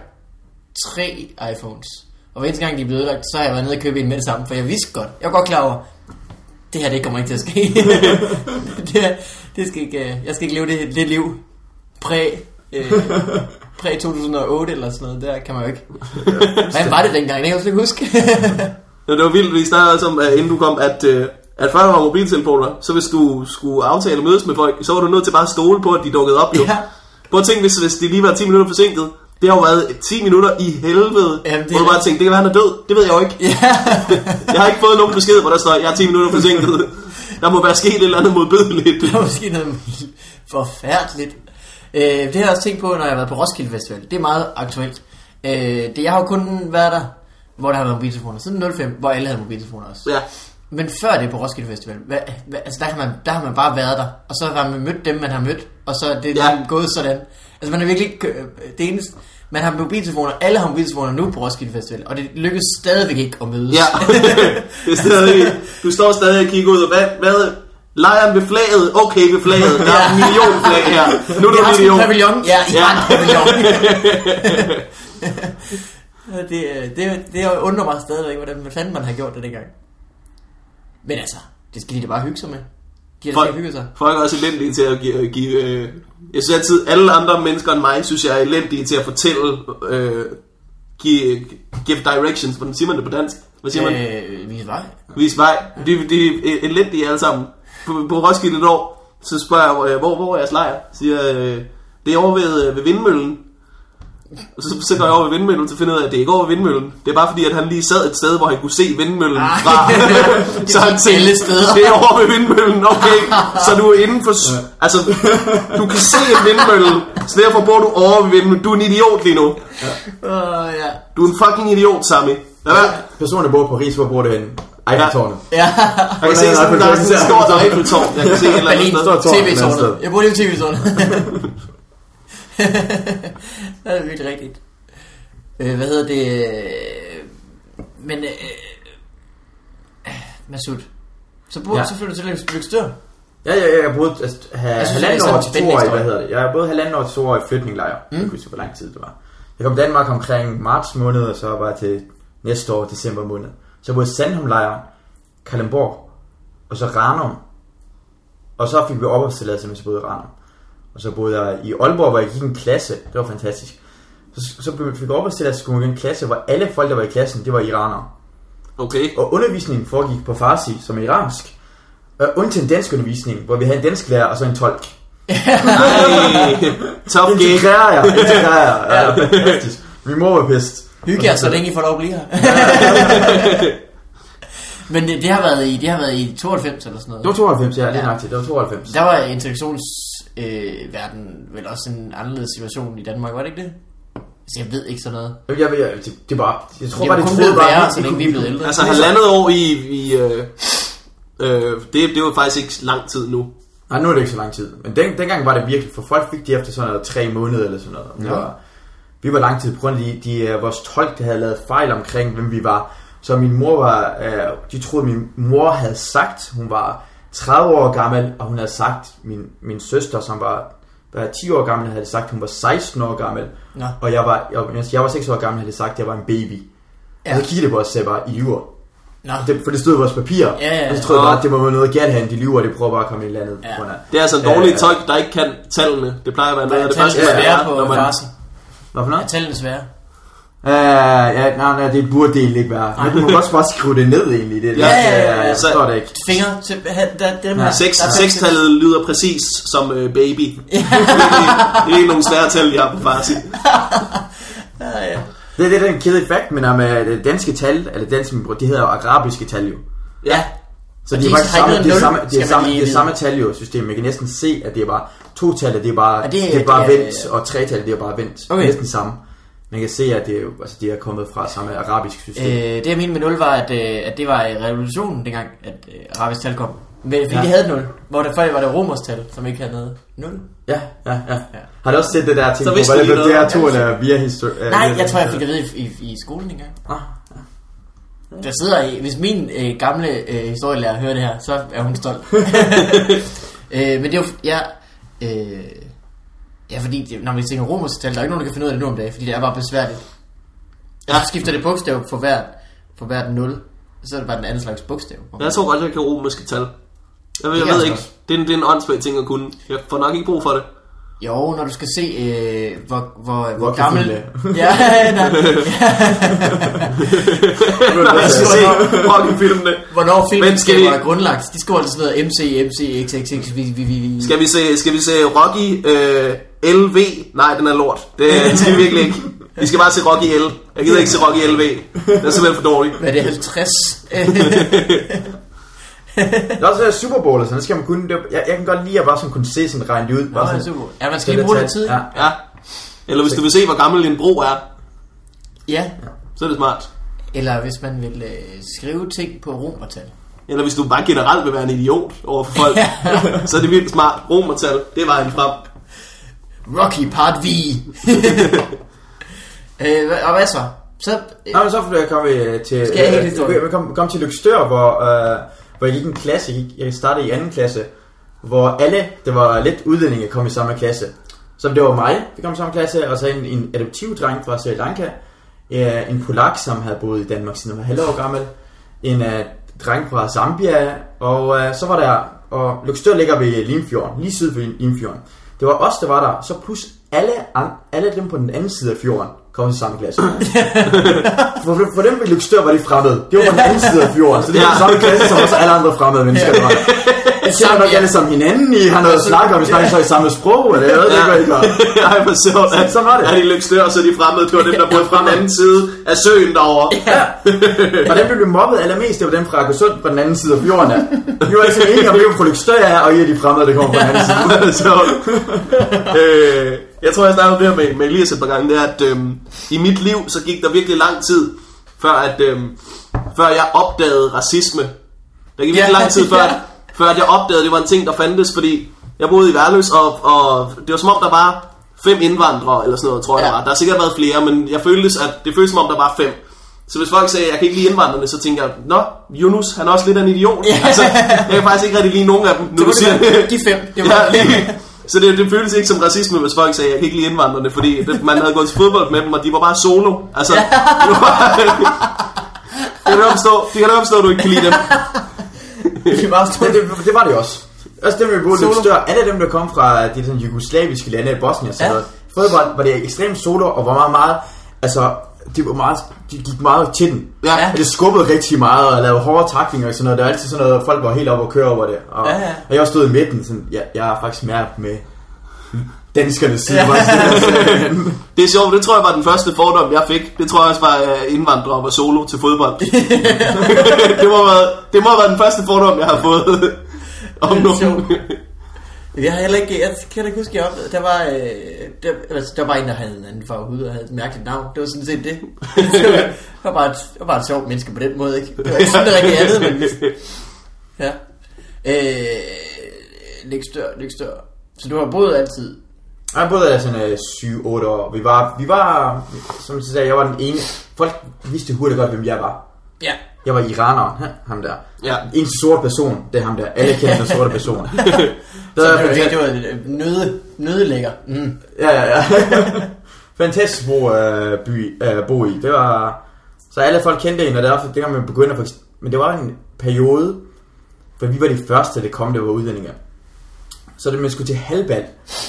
tre iPhones. Og hver eneste gang de er blevet ødelagt, så har jeg været nede og købe en med det samme, for jeg vidste godt, jeg var godt klar over, det her, det kommer ikke til at ske. det, det skal ikke, jeg skal ikke leve det, det liv præ, øh, præ to tusind og otte eller sådan noget, der kan man jo ikke. Hvad var det dengang? Det kan jeg også ikke huske. Ja, det var vildt, vi snakkede også om, inden du kom, at, at før der var mobiltelefoner, så hvis du skulle aftale og mødes med folk, så var du nødt til bare at stole på, at de dukkede op. Jo. Ja. Prøv at tænke, hvis, hvis de lige var ti minutter forsinket. Det har jo været ti minutter i helvede. Jamen, hvor du bare tænkte, det kan være, han er død. Det ved jeg jo ikke. Ja. Jeg har ikke fået nogen besked, hvor der står, jeg er ti minutter forsinket. Der må være sket et eller andet modbydeligt. Der må ske noget forfærdeligt. Øh, det har jeg også tænkt på, når jeg har været på Roskilde Festival. Det er meget aktuelt. Øh, det, jeg har jo kun været der, hvor der har været mobiltelefoner. Siden nul fem, hvor alle havde mobiltelefoner også. Ja. Men før det på Roskilde Festival, hvad, hvad, altså der, kan man, der har man bare været der. Og så har man mødt dem, man har mødt. Og så er det ja. gået sådan. Altså man er virkelig ikke det eneste. Man har mobiltelefoner, alle har mobiltelefoner nu på Roskilde Festival, og det lykkes stadigvæk ikke at mødes. Ja, det er stadig, du står stadig og kigger ud, og hvad, hvad, lejren ved flaget, okay ved flaget, der er en million flag her, nu er der en million. Pavillon, ja, i ja. Pavillon. det, det, det undrer mig stadigvæk, hvordan man fanden man har gjort det dengang. Men altså, det skal de da bare hygge sig med. De folk, hygge sig. Folk er også elendige til at give, give øh, jeg synes altid, alle andre mennesker end mig, synes jeg er elendige til at fortælle, øh, give, give directions. Hvordan siger man det på dansk? Hvad siger man? Øh, vis vej. Vis vej. De, de er elendige alle sammen. På, på Roskilde et år, Så spørger jeg, hvor, hvor er jeres lejr? Siger, øh, det er over ved, ved vindmøllen. Og så, så går jeg over ved vindmøllen til at finde ud af, at det er ikke over ved vindmøllen. Det er bare fordi, at han lige sad et sted, hvor han kunne se vindmøllen fra. Så han tænkte, det er over ved vindmøllen, okay. Så du er inden for... Altså, du kan se en vindmølle, så derfor bor du over ved vindmøllen. Du er en idiot lige nu. Du er en fucking idiot, Sami. Ja, personen, der bor på Paris, hvor bor det henne? Eiffeltårnet. Ja. Jeg kan se sådan, der er sådan et stort Eiffeltårn. Jeg kan se et eller andet sted. T V-tårnet. Jeg bor lige ved T V-tårnet. Det er virkelig rigtigt. øh, Hvad hedder det? Men øh, Masud, så, bor, ja. så flytter du til Løgstør. Ja, ja, ja, jeg boede altså, ha, halvanden år til to år, hvad hedder det? Jeg har boet halvanden år til to år i flytninglejr. Mm. Jeg kunne ikke så, hvor lang tid det var. Jeg kom til Danmark omkring marts måned, og så var jeg til næste år, december måned. Så jeg boede i Sandholmlejr, Kalundborg, og så Ranum. Og så fik vi opholdstilladelse, mens jeg boede i Ranum. Og så boede jeg i Aalborg, hvor jeg gik i en klasse. Det var fantastisk. Så, så fik jeg opholdstilladelse, så skulle jeg i en klasse, hvor alle folk, der var i klassen, det var iranere. Okay. Og undervisningen foregik på farsi, som er iransk. Og undtil en dansk undervisning, hvor vi havde en dansk lærer og så en tolk. Nej, top game. Integrerer jeg, integrerer jeg. Ja, fantastisk. Min mor var pist. Hygge jer, så længe I får lov at blive her. Men det, det har været i det har været i tooghalvfems eller sådan noget. Det var tooghalvfems, ja, det er nok til. Det var tooghalvfems. Der var integrationsverden øh, vel også en anderledes situation i Danmark, var det ikke det? Så jeg ved ikke sådan noget. Jeg ved, jeg, det, det var jeg tror bare det troede bare, så længe vi er blevet ældre. Altså halvandet år i, i øh, øh, det det var faktisk ikke lang tid nu. Nej, nu er det ikke så lang tid. Men den, dengang var det virkelig, for folk fik de efter sådan noget tre måneder eller sådan noget. Vi, ja. var, vi var lang tid på grund af de, de, vores tolk, der havde lavet fejl omkring, hvem vi var. Så min mor var, øh, de troede, min mor havde sagt, hun var tredive år gammel, og hun havde sagt, min, min søster, som var, var ti år gammel, havde sagt, hun var seksten år gammel. Ja. Og jeg var, jeg, jeg var seks år gammel, havde sagt, at jeg var en baby. Ja. Og så kiggede det på os, at jeg var i lyver. Det, for det stod i vores papirer. Ja, ja, ja. Og så troede jeg bare, at det må være noget galt her, de lyver, de prøver bare at komme i landet. Ja. Det er altså en dårlig tolk, der ikke kan tallene. Det plejer at være noget af det første, der er på farsi. Hvad for noget? Ja, tallene svære. Uh, ja, nej, nej, det burde det ikke være. Men du må også bare skrive det ned egentlig. Det, ja, ja, ja, ja, jeg forstår det ikke. Fingre til der, dem ja. Seks-tallet lyder præcis som uh, baby. Det er ikke nogen svære tal, jeg har på farsi. Ja, ja. Det, det er den kedelige fakt, men om det danske tal, eller danske, de hedder arabiske tal jo. Ja. Så det er faktisk samme, det er samme, det er samme, det er samme tal jo system. Man kan næsten se, at det er bare to tal, det er bare, ja, det, det er bare det er, vendt, og tre tal, det er bare vendt. Okay. Næsten samme. Man kan se, at det, altså, de er kommet fra samme arabisk system. Øh, det jeg mente med nul var, at, at det var revolutionen dengang, at uh, arabisk tal kom. Men, fordi ja. de havde nul, hvor der før var det romerstal, som ikke havde noget. Nul. Ja, ja, ja, ja. Har du også set det der ting på, hvad det, det er to eller via historie? Nej, jeg tror, jeg fik det ved i, i, i skolen engang. Ah, ja. Der sidder i, hvis min øh, gamle øh, historielærer hører det her, så er hun stolt. øh, men det er jo, ja, øh, ja, fordi det, når vi tænker romerstal, der er ikke nogen, der kan finde ud af det nu om dagen, fordi det er bare besværligt. Ja. Så skifter det bogstav for hvert, for hvert nul, så er det bare den anden slags bogstav. Jeg tror godt, jeg kan romerske tal. Jeg ved, jeg ved ikke, det er, en, det er en åndssvagt ting at kunne. Jeg får nok ikke brug for det. Jo, når du skal se, øh, hvor, hvor, hvor, hvor gammel... Ja, nej. Hvornår filmen skal være grundlagt. De skriver altså sådan noget M C, M C, X X X, vi, vi, vi. Skal vi se, skal vi se Rocky øh, L V? Nej, den er lort. Det skal vi virkelig ikke. Vi skal bare se Rocky L. Jeg gider ikke se Rocky L V. Det er simpelthen for dårligt. Hvad er det, halvtreds? Det er også Super Bowl og sådan, det skal man kunne. Jeg, jeg kan godt lide at bare sådan kunne se sådan regnet ud. Nå, sådan, Super Bowl. Ja, man skal lige bruge det tid. Ja. Ja. Eller hvis du vil se, hvor gammel en bro er. Ja. Så er det smart. Eller hvis man vil øh, skrive ting på romertal. Eller hvis du bare generelt vil være en idiot over for folk. Så er det vildt smart. Romertal, det er vejen frem. Rocky Part V. øh, og hvad så? Så, øh, Nå, men så kom vi til, øh, vi kom, kom til Løgstør, hvor, øh, hvor jeg gik en klasse. Jeg, jeg startede i anden klasse, hvor alle, det var lidt udlændinge, kom i samme klasse. Så det var mig, vi kom i samme klasse, og så en, en adoptivdreng fra Sri Lanka, øh, en polak, som havde boet i Danmark siden han var halv år gammel, en øh, dreng fra Zambia, og øh, så var der, og Løgstør ligger ved Limfjorden, lige syd for Limfjorden. Det var os, der var der, så plus alle, alle dem på den anden side af fjorden kom til samme klasse. for, for dem ved Løgstør var de fremmede. Det var på den anden side af fjorden, så det var ja. samme klasse som også alle andre fremmede mennesker, der var. Jeg kender nok alle sammen hinanden, I har noget at snakke om, vi snakker så i samme sprog, eller jeg ved ikke, hvad I gør. Ej, hvor sjovt. Så, så var det. Er de Løgstør, og så er de fremmede, det var dem, der boede fra den anden side af søen derovre. Ja. Og dem, der blev mobbet allermest, det var dem fra Akersund på den anden side af fjorden. Ja. Vi var altså enige om, det var fra Løgstør, og I er de fremmede, der kommer fra den anden side. øh, jeg tror, jeg snakkede om det her med, med Elias et par gange, det er, at øhm, i mit liv, så gik der virkelig lang tid, før, at, øhm, før jeg opdagede racisme. Der gik virkelig ja, lang tid, før, ja. før at jeg opdagede, at det var en ting, der fandtes, fordi jeg boede i Værløs, og, og det var som om, der var fem indvandrere, eller sådan noget, tror jeg, ja. der var. Der har sikkert været flere, men jeg føltes, at det føltes som om, der var fem. Så hvis folk sagde, at jeg kan ikke lide indvandrerne, så tænker jeg, nå, Yunus, han er også lidt af en idiot. Ja. Altså, jeg kan faktisk ikke rigtig lide nogen af dem. Nu, du siger, de fem. Det var ja, så det, det føltes ikke som racisme, hvis folk sagde, at jeg kan ikke lide indvandrerne, fordi det, man havde gået til fodbold med dem, og de var bare solo. Altså, ja. det var, jeg kan opstå, det kan da opstå, at du ikke kan lide dem. det, var det, det var det også. Altså dem, vi boede lidt større. Alle dem, der kom fra de sådan jugoslaviske lande i Bosnien, så ja. fodbold var det ekstremt solo, og var meget, meget, altså, de, var meget, de gik meget til den. Ja. Og det skubbede rigtig meget, og lavede hårde tacklinger og sådan noget. Der var altid sådan noget, folk var helt oppe og køre over det. Og, ja, ja. og jeg også stod i midten, sådan, jeg, jeg er faktisk mere med danskernes side. Ja. Det er sjovt, det tror jeg var den første fordom, jeg fik. Det tror jeg også var indvandrere og var solo til fodbold. det, må være, det må have været den første fordom, jeg har fået om nogen. Jeg har heller ikke, jeg kan da ikke huske, jeg oplevede, der var, øh, der, altså, der var en, der havde en anden farve og havde et mærkeligt navn. Det var sådan set det. Det var bare et, det var bare et sjovt menneske på den måde, ikke? Det var ikke sådan, der rigtig andet, men... Ja. Øh, Løgstør, Løgstør. Så du har boet altid? Jeg boede sådan syv otte år. Vi var, vi var, som jeg sagde, jeg var den ene. Folk vidste hurtigt godt, hvem jeg var. Ja. Jeg var iraneren, ham der. Ja. En sort person, det er ham der. Alle kender den sorte person. Så det var, ikke, det var nøde, nødelækker. Mm. Ja, ja, ja. Fantastisk bo, uh, by at uh, bo i. Det var, så alle folk kendte en, og derfor det kan man begynde at... Men det var en periode, for vi var de første, der kom, der var udlændinge. Så da man skulle til halvbal,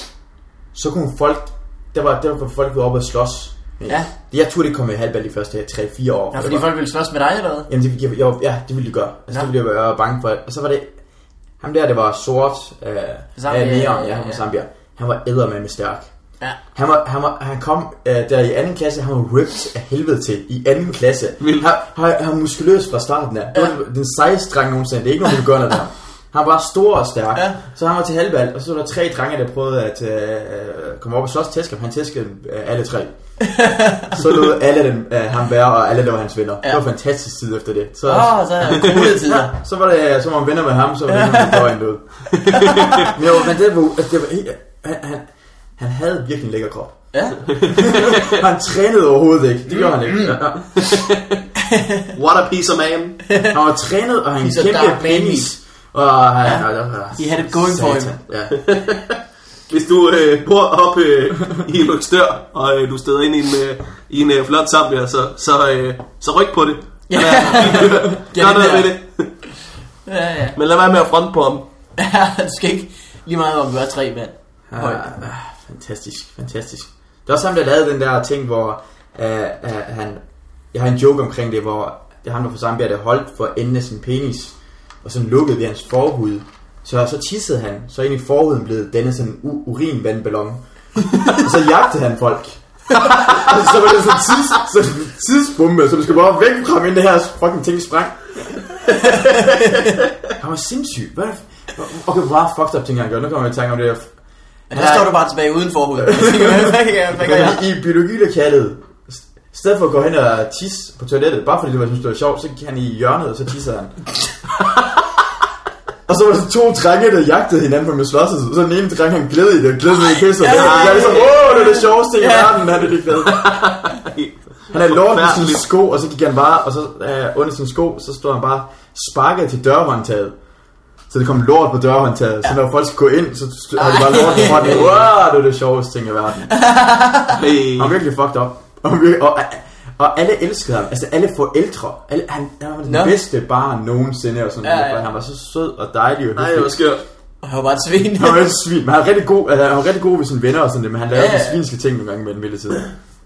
så kunne folk... Der var, der var folk, der var oppe og slås. Ja. Jeg turde ikke komme i halvbal de første tre fire år. Ja, fordi folk ville slås med dig, eller hvad? Jamen, det, jeg, jeg, ja, det ville de gøre. Altså, ja. Det ville jeg være bange for. Og så var det... Ham der, det var sort af uh, Neon, ja, han var Zambia. Han var eddermame stærk. Ja. Han, var, han, var, han kom uh, der i anden klasse, han var ripped af helvede til. I anden klasse. Han, han, han var muskuløs fra starten af. Det var ja. den sejeste dreng nogensinde. Det er ikke nogen, du gør noget der. Han var stor og stærk. Ja. Så han var til halvbal, og så var der tre drenge, der prøvede at uh, komme op og slås tæske. Han tæskede uh, alle tre. Så lod alle dem, uh, ham være, og alle der var hans venner. Ja. Det var fantastisk tid efter det. Så, oh, så, ja, så var det, så var man venner med ham, så var det han døgn død. Men jo, men det var, det var helt, han, han, han havde virkelig en lækker krop. Ja. Han trænede overhovedet ikke. Det gjorde han ikke. Ja. What a piece of man. Han var trænet, og han kæmpe penis. Og han, ja. He had it going for him. Ja. Hvis du øh, bor op øh, i Løgstør, og øh, du steder ind i en, øh, i en øh, flot Zambia, så, så, øh, så ryk på det. Ja. Gør noget ved det. Ja, ja. Men lad være med at fronte på ham. Ja, du skal ikke lige meget om du er tre mand. Ja, ja, fantastisk, fantastisk. Det er også ham, der lavede den der ting, hvor øh, øh, han... Jeg har en joke omkring det, hvor det er ham, der fra Zambia, der holdt for enden af sin penis, og så lukkede ved hans forhud. Så, så tissede han, så ind i forhuden blev denne sådan en u- urinvandballon. Og så jagtede han folk. Og så var det sådan en tids, så tidsbombe, så du skal bare væk fra ham, inden det her fucking ting sprang. Han var sindssyg. Hvad okay, hvor var fucked up ting, han gør. Nu kommer jeg i tanke om det. Ja, der står du bare tilbage uden forhud. I biologi, der kaldede, i stedet for at gå hen og tisse på toilettet, bare fordi det var, synes, det var sjovt, så gik han i hjørnet, og så tissede han. Og så var der to drenge, der jagtede hinanden på med slåsset. Og så den ene dreng, han glædede i det, glædede i kysset. Og jeg var så, åh, det er det sjoveste ting i verden, han er det glæde. Han havde lort i sine sko, og så gik han bare, og så øh, under sine sko, så stod han bare sparket til dørhåndtaget. Så det kom lort på dørhåndtaget. Så når folk skulle gå ind, så havde de bare lort på hånden. Wow, det er det sjoveste ting i verden. Han var virkelig fucked up. Og, og, og alle elskede ham. Altså alle forældre. Alle, han, han var den no. bedste barn nogensinde. Og sådan ja, ja. Han var så sød og dejlig. Og nej, det var skørt. Han var bare et svin. Han var et svin. Men han var rigtig god, altså, han var rigtig god ved sine venner og sådan det. Men han lavede ja, ja. de svinske ting nogle gange med den vilde tid.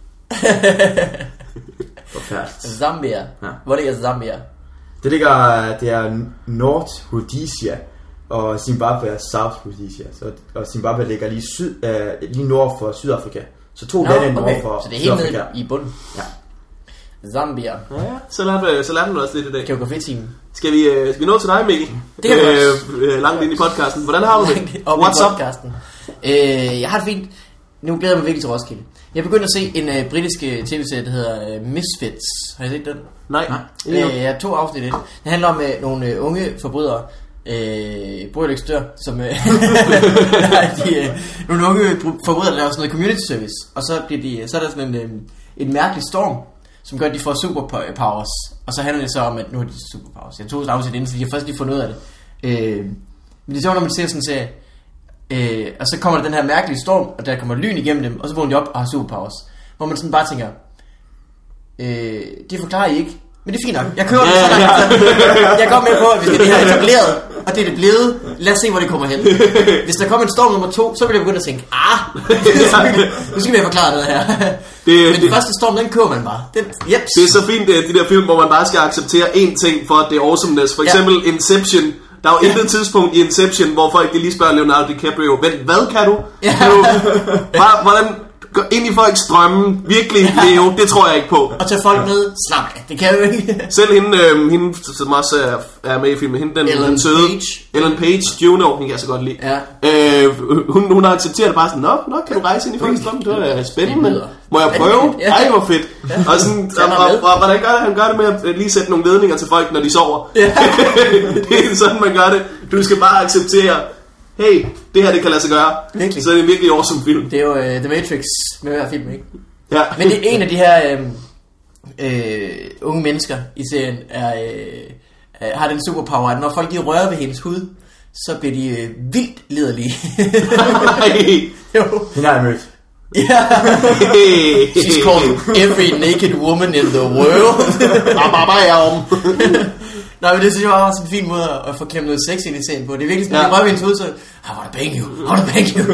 Forfærdeligt. Zambia. Ja. Hvor ligger Zambia? Det ligger, det er Nord Rhodesia. og Zimbabwe er South Rhodesia. Så, og Zimbabwe ligger lige, syd, øh, lige nord for Sydafrika. Så to Nå, lande nord okay. for Så det er helt Sydafrika. nede i bunden. Ja. Zambia. Ja, så lærte, så lærte du også lidt i dag. Geografitimen. Skal vi, øh, skal vi nå til dig, Mikkel? Det kan vi øh, også. øh, Langt ind i podcasten. Hvordan har du det? Op What's i up? podcasten. Øh, jeg har det fint. Nu glæder jeg mig virkelig til Roskilde. Jeg begyndte at se en uh, britisk uh, tv-serie, der hedder uh, Misfits. Har I set den? Nej. Øh, jeg har to afsnit i det. Det handler om uh, nogle uh, unge forbrydere. Øh, Brødløgstør, som... Uh, nej, de, uh, nogle unge forbrydere, der laver sådan noget community service. Og så, bliver de, så er der sådan en, um, en mærkelig storm, som gør, at de får superpowers. Og så handler det så om, at nu har de superpowers. Jeg tog et afsnit inden, så de har først lige fundet ud af det. Øh, men det er så, når man ser sådan en serie, øh, og så kommer der den her mærkelige storm, og der kommer lyn igennem dem, og så vågner de op og har superpowers. Hvor man sådan bare tænker, øh, det forklarer I ikke, men det er fint nok. Jeg kører det så langt. Jeg går med på, at vi skal det her etableret, og det er det blevet. Lad os se, hvor det kommer hen. Hvis der kommer en storm nummer to, så vil jeg begynde at tænke, ah, nu skal vi have forklaret det her. Det, men den det, første storm, den kører man bare. Den, jeps. Det er så fint, det er de der film, hvor man bare skal acceptere én ting for, at det er awesomeness. For eksempel ja. Inception. Der er jo ja. intet tidspunkt i Inception, hvor folk lige spørger Leonardo DiCaprio, hvad kan du? Ja. Kan du bare, hvordan gå ind i folks drømme, virkelig leve, det tror jeg ikke på. Og tage folk med, slap af, det kan jeg jo ikke. Selv hende, øh, hende som også er, er med i filmen, hende, den, Ellen den søde Page. Ellen Page, Juno, hende kan jeg så godt lide. Ja. Øh, hun, hun har accepteret bare sådan, nå, nå, kan du rejse ind i folks drømme? Det er spændende. Må jeg prøve? Ja. Ej, hvor fedt. Ja. Og, sådan, og, og, og, og hvordan gør det? Han gør det med at lige sætte nogle ledninger til folk, når de sover. Ja. Det er sådan, man gør det. Du skal bare acceptere, hey, det her det kan lade sig gøre. Virkelig. Så er det en virkelig awesome film. Det er jo uh, The Matrix med hver film, ikke? Ja. Men det er en af de her øh, øh, unge mennesker i serien, er, øh, har den superpower, at når folk lige rører ved hendes hud, så bliver de øh, vildt liderlige. Jo. Hende har jeg mødt. Yeah. She's called every naked woman in the world. Bare jeg om. Nej, men det synes jeg var også en fin måde at få klemt noget sex ind i serien på. Det er virkelig sådan, at ja. de rører ved hendes hoved, så I wanna bang you, I wanna bang you.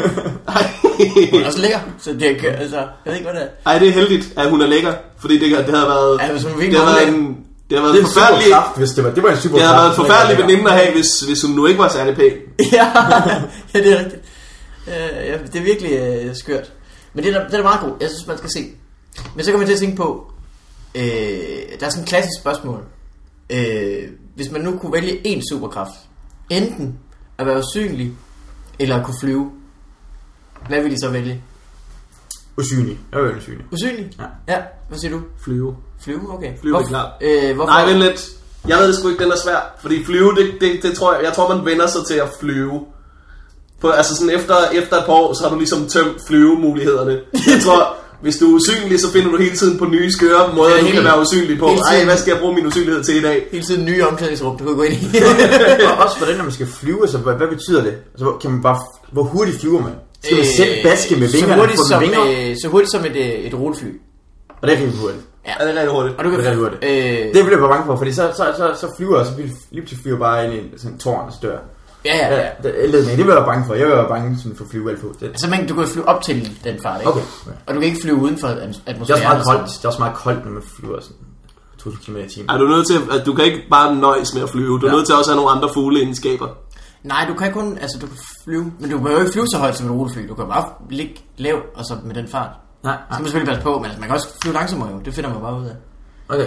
Hun er også lækker, så det er, altså, jeg ved ikke, hvad det er. Ej, det er heldigt, at hun er lækker, fordi det, det havde været... Ja, hvis hun det havde været en... Det har været en forfærdelig... Kraft, hvis det var, det var en super det havde været en forfærdelig veninde at have, hvis, hvis hun nu ikke var særlig pæn. Ja, ja, det er rigtigt. Uh, ja, det er virkelig uh, skørt. Men det er, det er meget god. Jeg synes, man skal se. Men så kommer jeg til at tænke på, øh, der er sådan et klassisk spørgsmål. Øh, hvis man nu kunne vælge én superkraft, enten at være usynlig, eller at kunne flyve, hvad vil I så vælge? Usynlig. Jeg vil vælge usynlig. Usynlig? Ja. Ja, hvad siger du? Flyve. Flyve, okay. Flyve er klart. Øh, hvorfor? Nej, vent lidt. Jeg ved det sgu ikke, den er svær. Fordi flyve, det, det, det tror jeg, jeg tror man vender sig til at flyve. På, altså sådan efter, efter et par år, så har du ligesom tømt flyvemulighederne. Jeg tror, hvis du er usynlig, så finder du hele tiden på nye skøre måder, ja, du kan være usynlig på. Ej, hvad skal jeg bruge min usynlighed til i dag? Hele tiden nye omklædningsrum, du kan gå ind i. Og også for den, når man skal flyve, altså, hvad, hvad betyder det? Altså, kan man bare, hvor hurtigt flyver man? Skal man selv baske med vingerne? Så hurtigt som, øh, så hurtigt som et, et rullefly. Og det er rigtig hurtigt. Ja, ja, det er rigtig hurtigt. Og du kan det er rigtig hurtigt. Øh... Det vil jeg være bange for, fordi så, så, så, så flyver jeg, så lige til flyver bare ind i sådan en tårn og stør. Ja, ja, ja. Det, det, det vil jeg være bange for. Jeg vil være bange sådan for at flyve alt på. Det. Altså, man, du kan flyve op til den fart, ikke? Okay. Ja. Og du kan ikke flyve uden for atmosfæren. Det er også meget koldt. Det er også meget koldt, når man flyver sådan to tusind kilometer i timen. Er du nødt til at, du kan ikke bare nøjes med at flyve. Du er ja. nødt til også at have nogle andre fugleegenskaber. Nej, du kan kun, altså du kan flyve, men du kan jo ikke flyve så højt som et rullefly. Du kan bare ligge lav og så med den fart. Nej, så kan man selvfølgelig passe på, men altså, man kan også flyve langsommere jo. Det finder man bare ud af. Okay.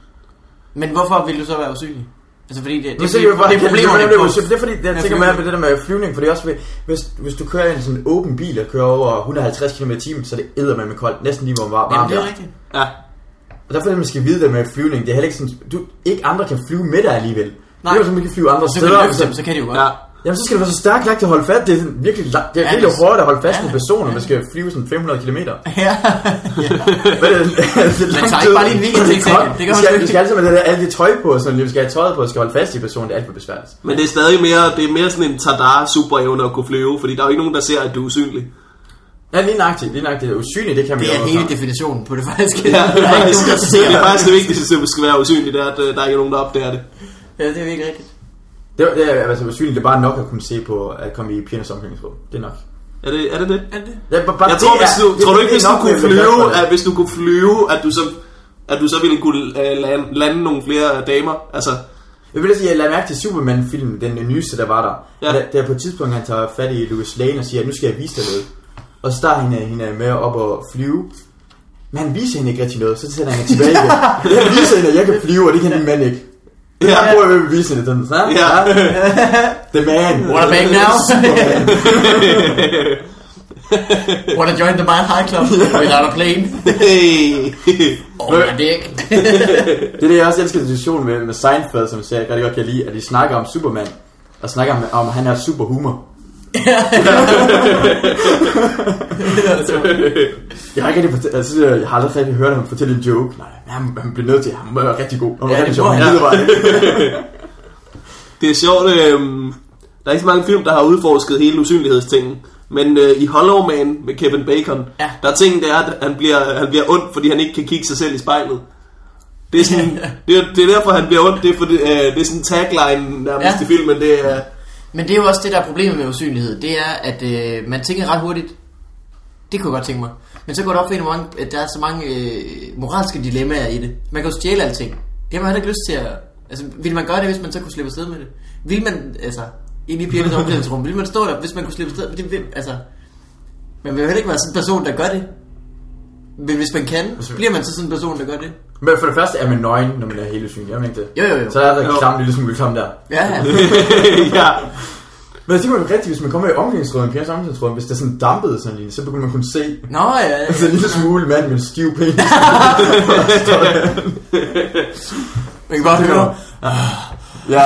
Men hvorfor vil du så være usynlig? Altså fordi det, det, det, det, det, det er problemer det, det, det er fordi jeg tænker meget med det der med flyvning, fordi også hvis hvis du kører i en sådan åben bil og kører over et hundrede og halvtreds kilometer i timen, så det æder man med koldt, næsten lige hvor man var varm. Jamen, det er rigtigt. Ja. Og derfor er det man skal vide det med flyvning. Det er heller ikke sådan du ikke andre kan flyve med dig alligevel. Nej. Det er jo som man kan flyve andre steder, så, så kan de jo godt. Ja. Jamen så skal det være så stærkt lagt til at holde fast. Det er virkelig det er ja, virkelig hårdt at holde fast ja, med personer, ja. Man skal flyve sådan fem hundrede kilometer. Ja. ja. Men tager ikke bare lige en weekend til det. Det kan man. Vi skal altid med det der alt det tøj på, så vi skal have tøjet på, og skal holde fast i personen. Det er alt for besværligt. Men det er stadig mere, det er mere sådan en tada superevne at kunne flyve, fordi der er jo ikke nogen der ser at du er usynlig. Ja, lige nøjagtigt, lige nøjagtigt. Usynlig, det kan man jo. Det er hele definitionen på det faktisk. Ja, det, er faktisk, det er faktisk det vigtigste, at det skal være usynlig, det er at der er ikke nogen der opdager det. Ja, det er virkelig rigtigt. Det er, det er altså usynligt, det er bare nok at kunne se på at komme i pigernes omklædningsrum. Det er nok. Er det er det? det? Er det? Ja, bare, jeg tror, hvis du, det, tror du ikke, hvis du kunne flyve, at hvis du kunne flyve, at du så at du så ville kunne uh, lande, lande nogle flere damer, altså Jeg vil sige, jeg lagde mærke til Superman-filmen, den nyeste, der var der. Ja. Der, der på et tidspunkt, han tager fat i Lois Lane og siger, at nu skal jeg vise dig noget. Og så starter hende, hende med op og flyve. Men han viser hende ikke rigtig noget, så sætter han hende tilbage igen. Han viser hende, at jeg kan flyve, og det kan din mand ikke. Ja. Jeg prøver at vise hende sådan. Ja. Ja. The man. Wanna bang now? Wanna join the Mile High Club? Without a plane? Hey. Oh my dick. Det er det, jeg også elsker diskussionen med, med Seinfeld, som jeg rigtig godt kan lide, at de snakker om Superman, og snakker om, om han har super humor. Jeg har ikke rigtig fortæ- altså, jeg har aldrig rigtig hørt ham fortælle en joke. Nej, han, han bliver nødt til, han må være rigtig god. Han var Ja, rigtig det sjov. må Han han. gider bare ikke. Det er sjovt, øh, der er ikke så mange film, der har udforsket hele usynlighedstingen. Men øh, i Hollow Man med Kevin Bacon, Ja. der er tingen, det er, at han bliver, han bliver ond, fordi han ikke kan kigge sig selv i spejlet. Det er, sådan, det er, det er derfor, han bliver ond. Det er, for det, øh, det er sådan en tagline nærmest Ja. i filmen. Det er, Men det er jo også det, der er problemet med usynlighed. Det er, at øh, man tænker ret hurtigt. Det kunne jeg godt tænke mig. Men så går det op for en, mange, at der er så mange øh, moralske dilemmaer i det. Man kan jo stjæle alting. Det har man heller ikke lyst til at... Altså, ville man gøre det, hvis man så kunne slippe afsted med det? Vil man, altså... Ind i pigernes omklædningsrum. Vil man stå der, hvis man kunne slippe afsted? Det vil, altså... Man vil jo heller ikke være sådan en person, der gør det. Men hvis man kan, så bliver man så sådan en person, der gør det. Men for det første er man nøgen, når man er helt usynlig. Er man ikke det? Jo, jo, jo. Så er der Jo. klam, lille smule klam der. Ja, ja. ja. Men det er jo rigtigt, hvis man kommer i omklædningsrummet, en pigers omklædningsrum, hvis det er sådan dampet sådan lige, så begynder man kun se. Nå, ja, ja. Altså en lille smule mand med en stiv penis. Man kan bare høre. Ja.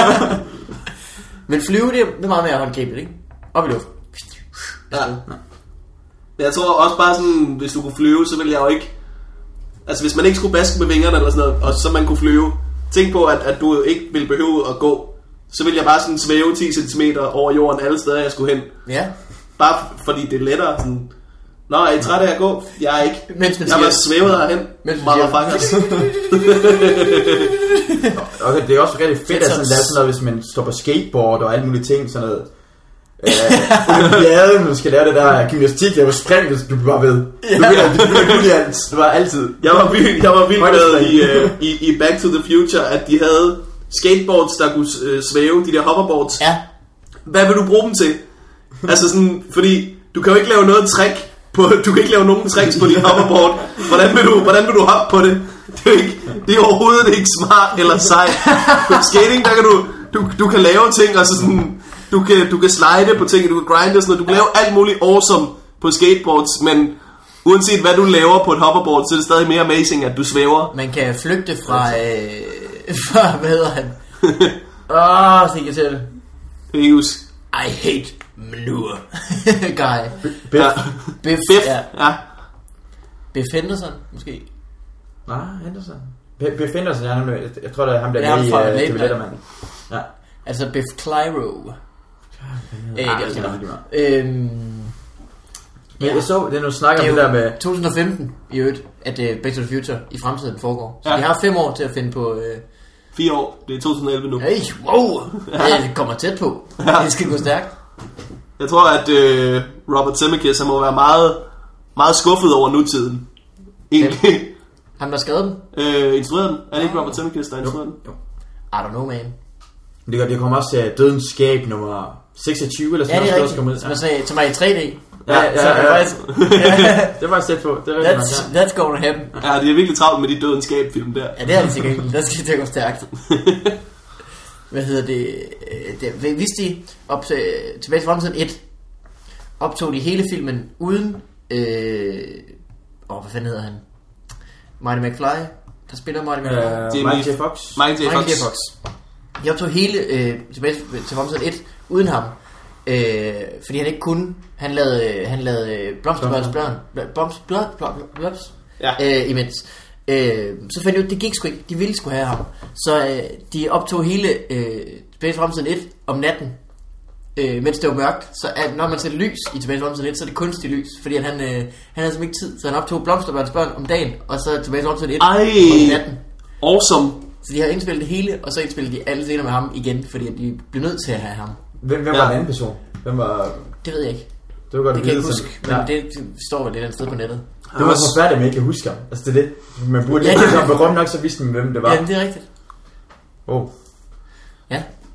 Men flyve, det er, det er meget mere håndgribeligt, ikke? Op i luften. Ja. Jeg tror også bare sådan, hvis du kunne flyve, så ville jeg jo ikke... Altså hvis man ikke skulle baske med vingerne eller sådan noget, og så man kunne flyve. Tænk på, at, at du ikke ville behøve at gå. Så ville jeg bare sådan svæve ti centimeter over jorden alle steder, jeg skulle hen. Ja. Bare fordi det er lettere sådan... Nå, er I trætte af at gå? Jeg er ikke. Mens man Jeg var siger- svævet herhen. Mens man siger- Motherfuckers. Okay, det er også rigtig fedt, at sådan, Jetsons. lave sådan noget, hvis man står på skateboard og alle mulige ting, sådan noget. Øh, olympiade, man skal lave det der gymnastik, der var spring, hvis du bare ved. Du ved, at du kunne alt. Det var altid. Jeg var vild, jeg var vild med i, uh, i, i Back to the Future, at de havde skateboards, der kunne uh, svæve, de der hoverboards. Ja. Hvad vil du bruge dem til? Altså sådan, fordi du kan jo ikke lave noget trick på, du kan ikke lave nogen tricks på din hoverboard. Hvordan vil du, hvordan vil du hoppe på det? Det er, ikke, det er overhovedet ikke smart eller sejt. På skating, der kan du, du, du kan lave ting, og så sådan, du kan, du kan slide på ting, du kan grinde og sådan noget. Du kan lave alt muligt awesome på skateboards, men uanset hvad du laver på et hoverboard, så er det stadig mere amazing, at du svæver. Man kan flygte fra... Øh, fra hvad hedder han? Åh, oh, så jeg til det. Det er ikke husk. I hate manure. Guy. Biff. Ja. Biff. Biff. Ja. Ja. Biff Henderson, måske. Nej, Henderson. Biff Henderson, jeg, jeg, jeg tror, det er ham, der Det er er med i ham fra uh, Late David Letterman. Ja. Altså Biff Clyro. Øh, det Ah, er også det er godt. rigtig meget. Øhm, Men ja. jeg så, det er nu snakker Det om er det der jo med... to tusind og femten i øvrigt, at uh, Back to the Future i fremtiden foregår. Så Ja. vi har fem år til at finde på... Uh, Fire år. Det er to tusind og elleve nu. hey, wow! Det kommer tæt på. Ja. Det skal gå stærkt. Jeg tror, at øh, Robert Zemeckis, han må være meget, meget skuffet over nutiden. Egentlig. Ham, der skrev den? øh, instrueret den. Er det ikke Robert Zemeckis, der instrueret den? Jo. I don't know, man. Det, gør- det kommer også til Dødens Skab nummer seksogtyve eller Ja, sådan det er noget. skal rigtigt. komme Som jeg sagde, til mig i tre D. Ja, ja, Så ja, ja. faktisk- Det var jeg sæt på. Det er rigtigt That's, nok, that's gonna happen. Ja, det er virkelig travlt med de dødens skab-film der. Ja, det er det sikkert ikke. Der skal det til at gå stærkt. Hvad hedder det? Øh, det vidste de op til, tilbage til fremtiden et optog de hele filmen uden øh, åh, hvad fanden hedder han? Marty McFly. Der spiller Marty McFly. ja. Øh, Michael J. Fox. Michael J. Michael Fox. J. Fox. De optog hele øh, tilbage til fremtiden et uden ham. Øh, fordi han ikke kunne. Han lavede, øh, han lavede øh, Blomsterbørns børn. Blomst, blom, blom, blomst, Ja. øh, imens. Øh, så fandt de ud, at det gik sgu ikke. De ville sgu have ham. Så øh, de optog hele øh, tilbage til fremtiden et om natten. Øh, mens det var mørkt. Så at når man sætter lys i tilbage til fremtiden et, så er det kunstig lys. Fordi at han, øh, han havde simpelthen ikke tid. Så han optog Blomsterbørns børn om dagen. Og så tilbage til fremtiden et Ej. om natten. Awesome. Så de har indspillet det hele. Og så indspillede de alle scener med ham igen. Fordi at de blev nødt til at have ham. Hvem, hvem Ja. var den anden person? Hvem var... Det ved jeg ikke. Det var godt Det kan jeg ikke vide, huske. sådan- Men Ja. det står vel et eller andet sted på nettet. Det var forfærdeligt, at man ikke kan huske ham. Altså det er det. Man burde Ja, ikke det- have ham berømt nok, så vidste man, hvem det var. Ja, det er rigtigt. Oh.